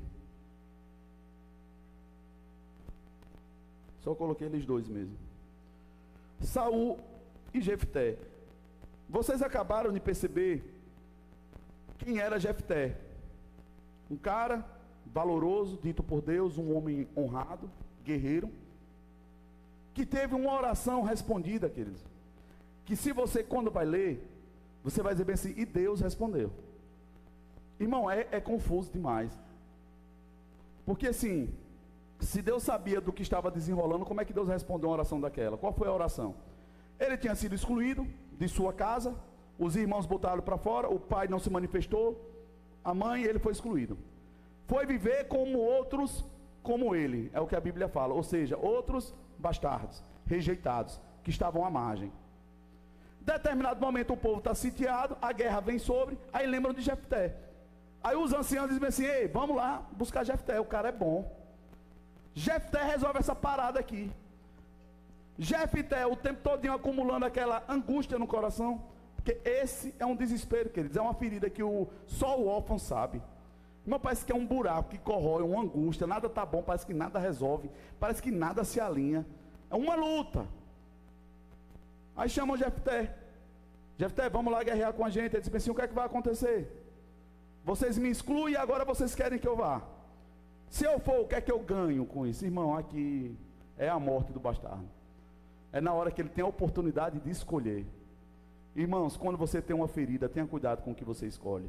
Só coloquei eles 2 mesmo. Saul e Jefté. Vocês acabaram de perceber quem era Jefté. Um cara valoroso, dito por Deus, um homem honrado, guerreiro, que teve uma oração respondida, queridos. Que se você, quando vai ler, você vai dizer bem assim: e Deus respondeu. Irmão, é confuso demais. Porque assim, se Deus sabia do que estava desenrolando, como é que Deus respondeu uma oração daquela? Qual foi a oração? Ele tinha sido excluído de sua casa, os irmãos botaram para fora, o pai não se manifestou, a mãe, ele foi excluído. Foi viver como outros, como ele, é o que a Bíblia fala, ou seja, outros bastardos, rejeitados, que estavam à margem. Determinado momento o povo está sitiado, a guerra vem sobre, aí lembram de Jefté. Aí os anciãos dizem assim: ei, vamos lá buscar Jefté, o cara é bom. Jefté resolve essa parada aqui. Jefté, o tempo todo acumulando aquela angústia no coração, Porque esse é um desespero, queridos, é uma ferida que só o órfão sabe. Irmão, parece que é um buraco que corrói, uma angústia, nada está bom, parece que nada resolve, parece que nada se alinha. É uma luta. Aí chamam Jefté. Jefté, vamos lá guerrear com a gente. Ele disse assim, o que é que vai acontecer? Vocês me excluem e agora vocês querem que eu vá. Se eu for, o que é que eu ganho com isso? Irmão, aqui é a morte do bastardo. É na hora que ele tem a oportunidade de escolher. Irmãos, quando você tem uma ferida, tenha cuidado com o que você escolhe.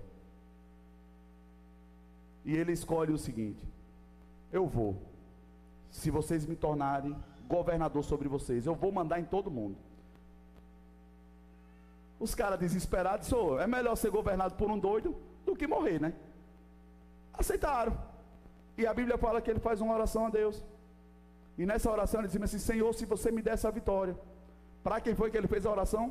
E ele escolhe o seguinte: eu vou, se vocês me tornarem governador sobre vocês, eu vou mandar em todo mundo. Os caras desesperados, é melhor ser governado por um doido do que morrer, né? Aceitaram. E a Bíblia fala que ele faz uma oração a Deus. E nessa oração ele diz assim: Senhor, se você me der essa vitória. Para quem foi que ele fez a oração?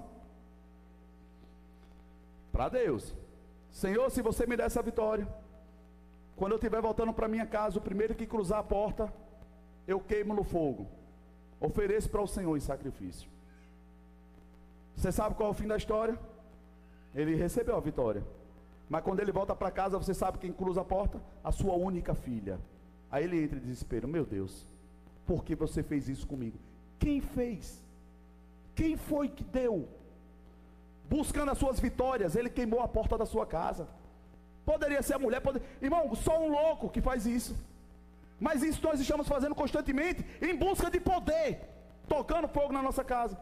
Para Deus. Senhor, se você me der essa vitória, quando eu estiver voltando para minha casa, o primeiro que cruzar a porta, eu queimo no fogo. Ofereço para o Senhor em sacrifício. Você sabe qual é o fim da história? Ele recebeu a vitória. Mas quando ele volta para casa, você sabe quem cruza a porta? A sua única filha. Aí ele entra em desespero: meu Deus, por que você fez isso comigo? Quem fez? Quem foi que deu? Buscando as suas vitórias, ele queimou a porta da sua casa. Poderia ser a mulher, irmão, só um louco que faz isso. Mas isso nós estamos fazendo constantemente, em busca de poder, tocando fogo na nossa casa.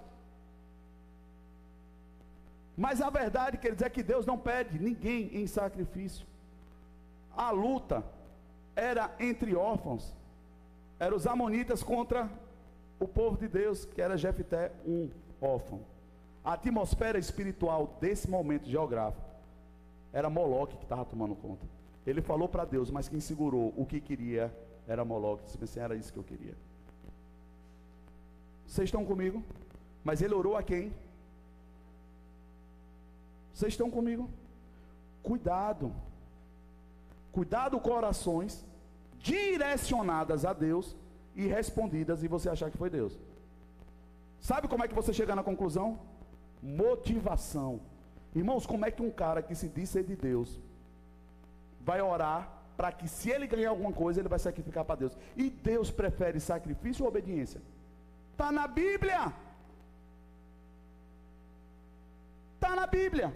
Mas a verdade, quer dizer, é que Deus não pede ninguém em sacrifício. A luta era entre órfãos. Eram os amonitas contra o povo de Deus, que era Jefté, um órfão. A atmosfera espiritual desse momento geográfico era Moloque que estava tomando conta. Ele falou para Deus, mas quem segurou o que queria era Moloque. Disse assim: era isso que eu queria. Vocês estão comigo? Mas ele orou a quem? Vocês estão comigo? Cuidado. Cuidado com orações direcionadas a Deus e respondidas e você achar que foi Deus. Sabe como é que você chega na conclusão? Motivação. Irmãos, como é que um cara que se diz ser de Deus vai orar para que, se ele ganhar alguma coisa, ele vai sacrificar para Deus? E Deus prefere sacrifício ou obediência? Está na Bíblia. Está na Bíblia.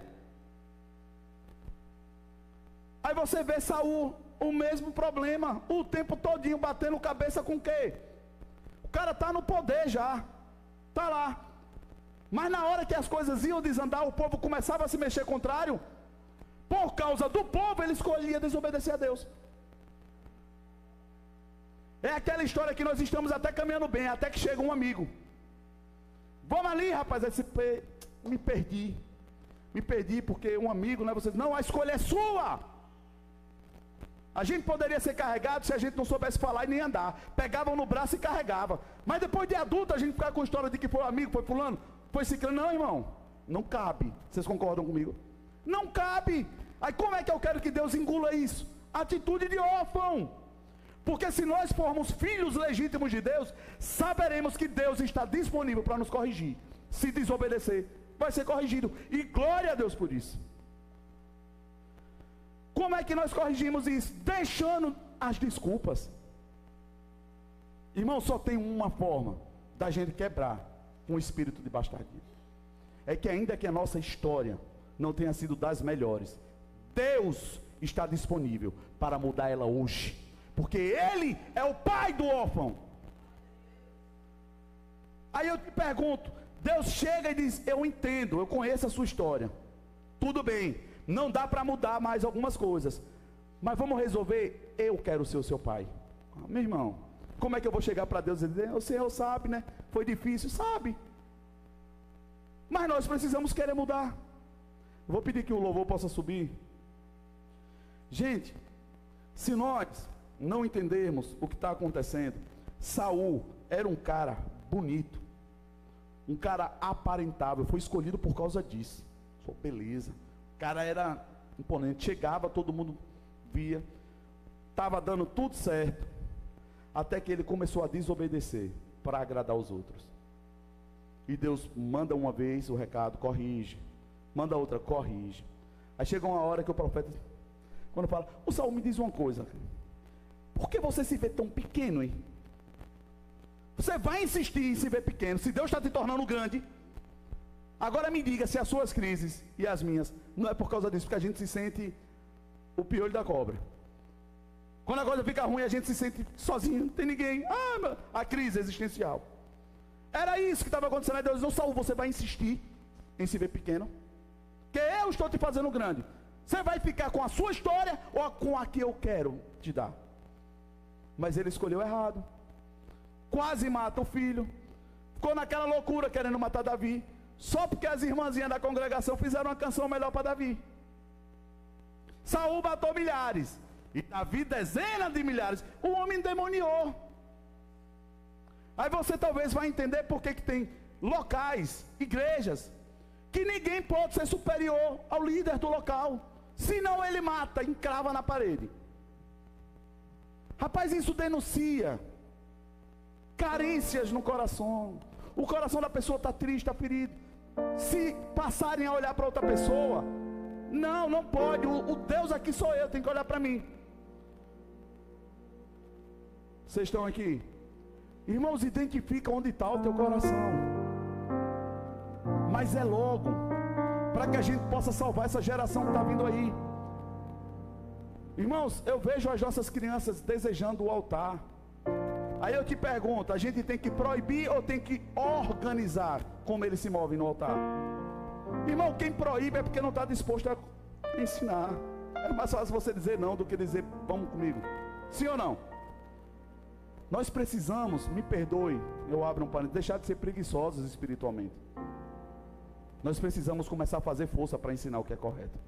Aí você vê Saul, o mesmo problema, o tempo todinho batendo cabeça com o quê? O cara está no poder já, está lá. Mas na hora que as coisas iam desandar, o povo começava a se mexer contrário. Por causa do povo, ele escolhia desobedecer a Deus. É aquela história que nós estamos até caminhando bem, até que chega um amigo. Vamos ali, rapaz. Aí você, me perdi porque um amigo, né? Você diz, não, a escolha é sua. A gente poderia ser carregado se a gente não soubesse falar e nem andar. Pegavam no braço e carregava. Mas depois de adulto, a gente ficava com a história de que foi amigo, foi fulano, foi ciclano. Não, irmão, não cabe. Vocês concordam comigo? Não cabe. Aí como é que eu quero que Deus engula isso? Atitude de órfão. Porque se nós formos filhos legítimos de Deus, saberemos que Deus está disponível para nos corrigir. Se desobedecer, vai ser corrigido. E glória a Deus por isso. Como é que nós corrigimos isso? Deixando as desculpas. Irmão, só tem uma forma da gente quebrar com o espírito de bastardia. É que ainda que a nossa história não tenha sido das melhores, Deus está disponível para mudar ela hoje. Porque Ele é o pai do órfão. Aí eu te pergunto, Deus chega e diz, eu entendo, eu conheço a sua história. Tudo bem. Não dá para mudar mais algumas coisas, mas vamos resolver. Eu quero ser o seu pai. Meu irmão, como é que eu vou chegar para Deus e dizer, o Senhor sabe, né? Foi difícil, sabe. Mas nós precisamos querer mudar. Vou pedir que o louvor possa subir. Gente, se nós não entendermos o que está acontecendo, Saul era um cara bonito, um cara aparentável, foi escolhido por causa disso, sua beleza. O cara era imponente, chegava, todo mundo via, estava dando tudo certo, até que ele começou a desobedecer para agradar os outros. E Deus manda uma vez o recado, corrige. manda outra, corrige. Aí chega uma hora que o profeta, quando fala, o Saul, me diz uma coisa, por que você se vê tão pequeno, hein? Você vai insistir em se ver pequeno, se Deus está te tornando grande. Agora me diga se as suas crises e as minhas, não é por causa disso, porque a gente se sente o piolho da cobra. Quando a coisa fica ruim, a gente se sente sozinho, não tem ninguém. A crise existencial. Era isso que estava acontecendo. Aí Deus disse, Saul, você vai insistir em se ver pequeno? Que eu estou te fazendo grande. Você vai ficar com a sua história ou com a que eu quero te dar? Mas ele escolheu errado. Quase mata o filho. Ficou naquela loucura querendo matar Davi. Só porque as irmãzinhas da congregação fizeram uma canção melhor para Davi. Saul matou milhares. E Davi dezenas de milhares. O homem endemoniou. Aí você talvez vai entender por que tem locais, igrejas, que ninguém pode ser superior ao líder do local. Senão ele mata, encrava na parede. Rapaz, isso denuncia carências no coração. O coração da pessoa está triste, está ferido. Se passarem a olhar para outra pessoa, não pode. O Deus aqui sou eu, tem que olhar para mim. Vocês estão aqui? Irmãos, identifica onde está o teu coração. Mas é logo, para que a gente possa salvar essa geração que está vindo aí. Irmãos, eu vejo as nossas crianças desejando o altar. Aí eu te pergunto, a gente tem que proibir ou tem que organizar como eles se movem no altar? Irmão, quem proíbe é porque não está disposto a ensinar. É mais fácil você dizer não do que dizer vamos comigo. Sim ou não? Nós precisamos, me perdoe, eu abro um parênteses, deixar de ser preguiçosos espiritualmente. Nós precisamos começar a fazer força para ensinar o que é correto.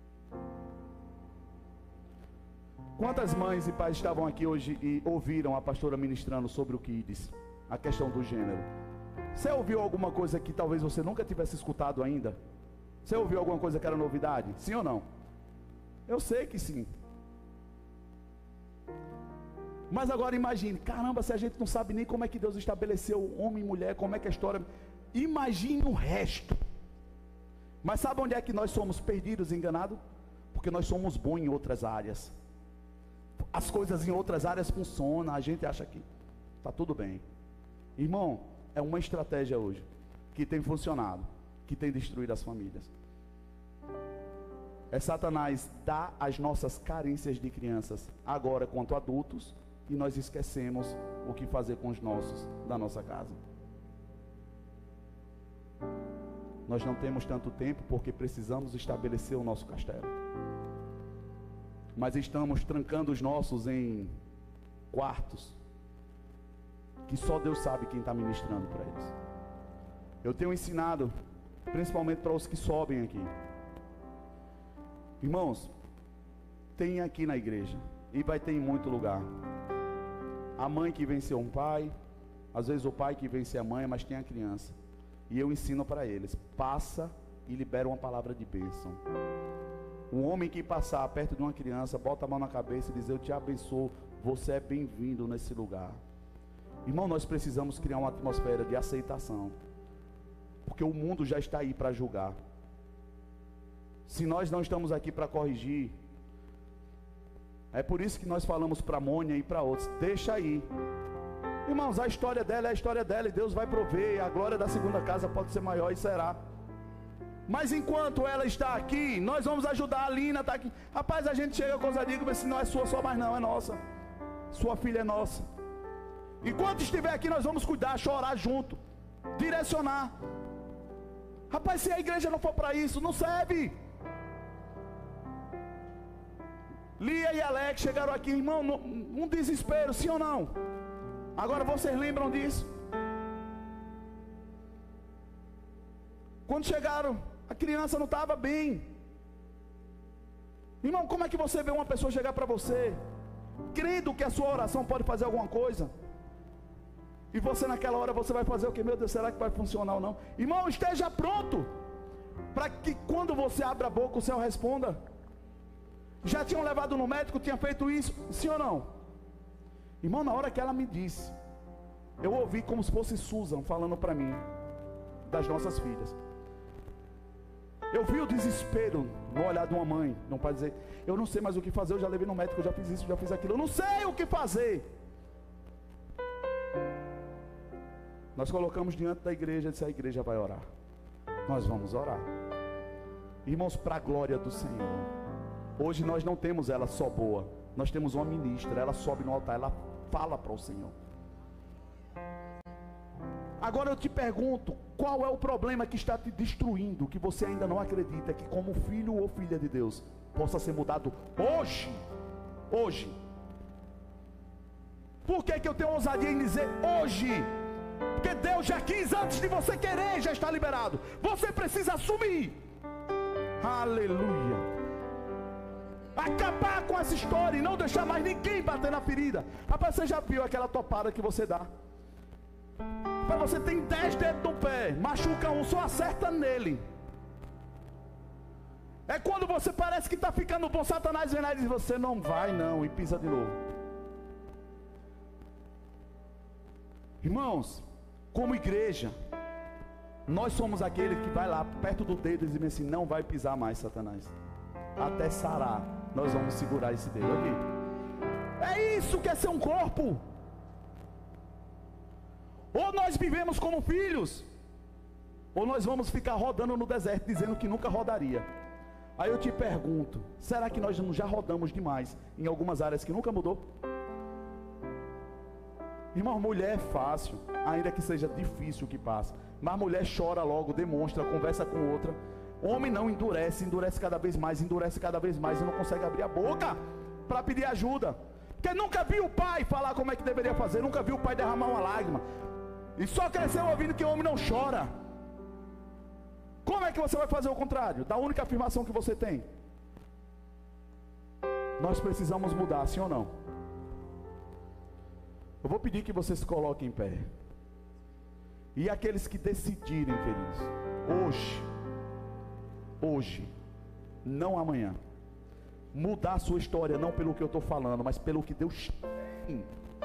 Quantas mães e pais estavam aqui hoje e ouviram a pastora ministrando sobre o Kids, a questão do gênero? Você ouviu alguma coisa que talvez você nunca tivesse escutado ainda? Você ouviu alguma coisa que era novidade? Sim ou não? Eu sei que sim. Mas agora imagine, caramba, se a gente não sabe nem como é que Deus estabeleceu homem e mulher, como é que a história... Imagine o resto. Mas sabe onde é que nós somos perdidos, enganados? Porque nós somos bons em outras áreas. As coisas em outras áreas funcionam, a gente acha que está tudo bem. Irmão, é uma estratégia hoje que tem funcionado, que tem destruído as famílias. É Satanás dar as nossas carências de crianças agora quanto adultos, e nós esquecemos o que fazer com os nossos da nossa casa. Nós não temos tanto tempo porque precisamos estabelecer o nosso castelo. Mas estamos trancando os nossos em quartos que só Deus sabe quem está ministrando para eles. Eu tenho ensinado, principalmente para os que sobem aqui. Irmãos, tem aqui na igreja, e vai ter em muito lugar, a mãe que venceu um pai, às vezes o pai que vence a mãe, mas tem a criança. E eu ensino para eles, passa e libera uma palavra de bênção. Um homem que passar perto de uma criança, bota a mão na cabeça e diz, eu te abençoo, você é bem-vindo nesse lugar. Irmão, nós precisamos criar uma atmosfera de aceitação, porque o mundo já está aí para julgar. Se nós não estamos aqui para corrigir, é por isso que nós falamos para a Mônia e para outros, deixa aí. Irmãos, a história dela é a história dela, e Deus vai prover, e a glória da segunda casa pode ser maior, e será. Mas enquanto ela está aqui, nós vamos ajudar a Lina, está aqui. Rapaz, a gente chega com os amigos, mas se não é sua só, mas não, é nossa. Sua filha é nossa. Enquanto estiver aqui, nós vamos cuidar, chorar junto, direcionar. Rapaz, se a igreja não for para isso, não serve. Lia e Alex chegaram aqui, irmão, um desespero, sim ou não? Agora vocês lembram disso? Quando chegaram, a criança não estava bem. Irmão, como é que você vê uma pessoa chegar para você, crendo que a sua oração pode fazer alguma coisa, e você naquela hora você vai fazer o que? Meu Deus, será que vai funcionar ou não? Irmão, esteja pronto, para que quando você abra a boca o céu responda. Já tinham levado no médico, tinha feito isso, sim ou não? Irmão, na hora que ela me disse, eu ouvi como se fosse Susan falando para mim, das nossas filhas. Eu vi o desespero no olhar de uma mãe, de um pai dizer: eu não sei mais o que fazer, eu já levei no médico, eu já fiz isso, já fiz aquilo, eu não sei o que fazer. Nós colocamos diante da igreja, disse: a igreja vai orar. Nós vamos orar, irmãos, para a glória do Senhor. Hoje nós não temos ela só boa, nós temos uma ministra, ela sobe no altar, ela fala para o Senhor. Agora eu te pergunto, qual é o problema que está te destruindo, que você ainda não acredita que como filho ou filha de Deus possa ser mudado hoje? Hoje. Por que eu tenho ousadia em dizer hoje? Porque Deus já quis, antes de você querer, já está liberado. Você precisa assumir. Aleluia. Acabar com essa história e não deixar mais ninguém bater na ferida. Rapaz, você já viu aquela topada que você dá? Rapaz, você tem 10 dedos no pé, machuca um, só acerta nele. É quando você parece que está ficando bom, Satanás vem lá e diz: você não vai não, e pisa de novo. Irmãos, como igreja, nós somos aquele que vai lá perto do dedo e diz assim: não vai pisar mais, Satanás. Até sarar, nós vamos segurar esse dedo aqui. É isso que é ser um corpo. Ou nós vivemos como filhos, ou nós vamos ficar rodando no deserto dizendo que nunca rodaria. Aí eu te pergunto, será que nós já rodamos demais em algumas áreas que nunca mudou? Irmão, mulher é fácil, ainda que seja difícil o que passa. Mas mulher chora logo, demonstra, conversa com outra. Homem não, endurece cada vez mais e não consegue abrir a boca para pedir ajuda. Porque nunca viu o pai falar como é que deveria fazer, nunca viu o pai derramar uma lágrima. E só cresceu ouvindo que o homem não chora. Como é que você vai fazer o contrário da única afirmação que você tem? Nós precisamos mudar, sim ou não? Eu vou pedir que você se coloque em pé. E aqueles que decidirem, queridos, hoje, não amanhã, mudar a sua história, não pelo que eu estou falando, mas pelo que Deus tem.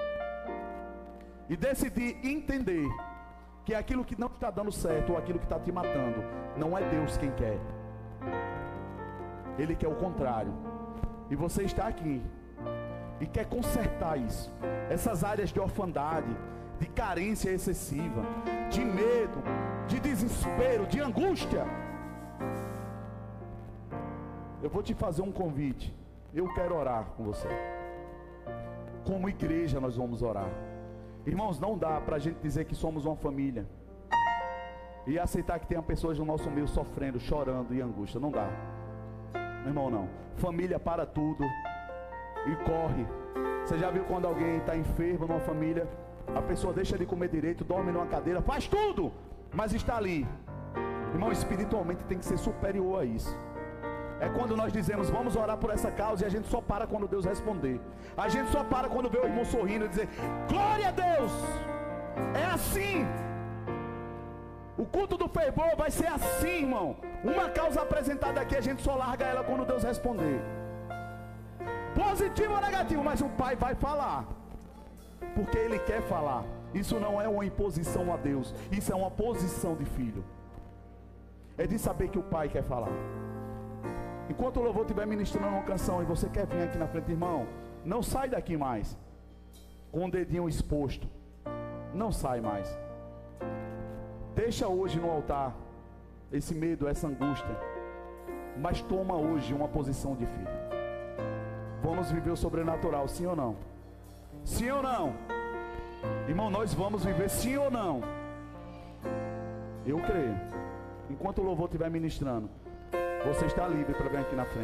E decidir entender que aquilo que não está dando certo, ou aquilo que está te matando, não é Deus quem quer. Ele quer o contrário. E você está aqui e quer consertar isso, essas áreas de orfandade, de carência excessiva, de medo, de desespero, de angústia. Eu vou te fazer um convite. Eu quero orar com você. Como igreja nós vamos orar. Irmãos, não dá para a gente dizer que somos uma família e aceitar que tenha pessoas no nosso meio sofrendo, chorando e angústia. Não dá, meu irmão, não. Família para tudo e corre. Você já viu quando alguém está enfermo numa família, a pessoa deixa de comer direito, dorme numa cadeira, faz tudo, mas está ali. Irmão, espiritualmente tem que ser superior a isso. É quando nós dizemos: vamos orar por essa causa, e a gente só para quando Deus responder. A gente só para quando vê o irmão sorrindo e dizer: glória a Deus. É assim. O culto do fervor vai ser assim, irmão. Uma causa apresentada aqui, a gente só larga ela quando Deus responder. Positivo ou negativo, mas o pai vai falar, porque ele quer falar. Isso não é uma imposição a Deus, isso é uma posição de filho. É de saber que o pai quer falar. Enquanto o louvor estiver ministrando uma canção e você quer vir aqui na frente, irmão, não sai daqui mais com o dedinho exposto. Não sai mais. Deixa hoje no altar esse medo, essa angústia, mas toma hoje uma posição de filho. Vamos viver o sobrenatural, sim ou não? Sim ou não? Irmão, nós vamos viver, sim ou não? Eu creio. Enquanto o louvor estiver ministrando, você está livre para vir aqui na frente.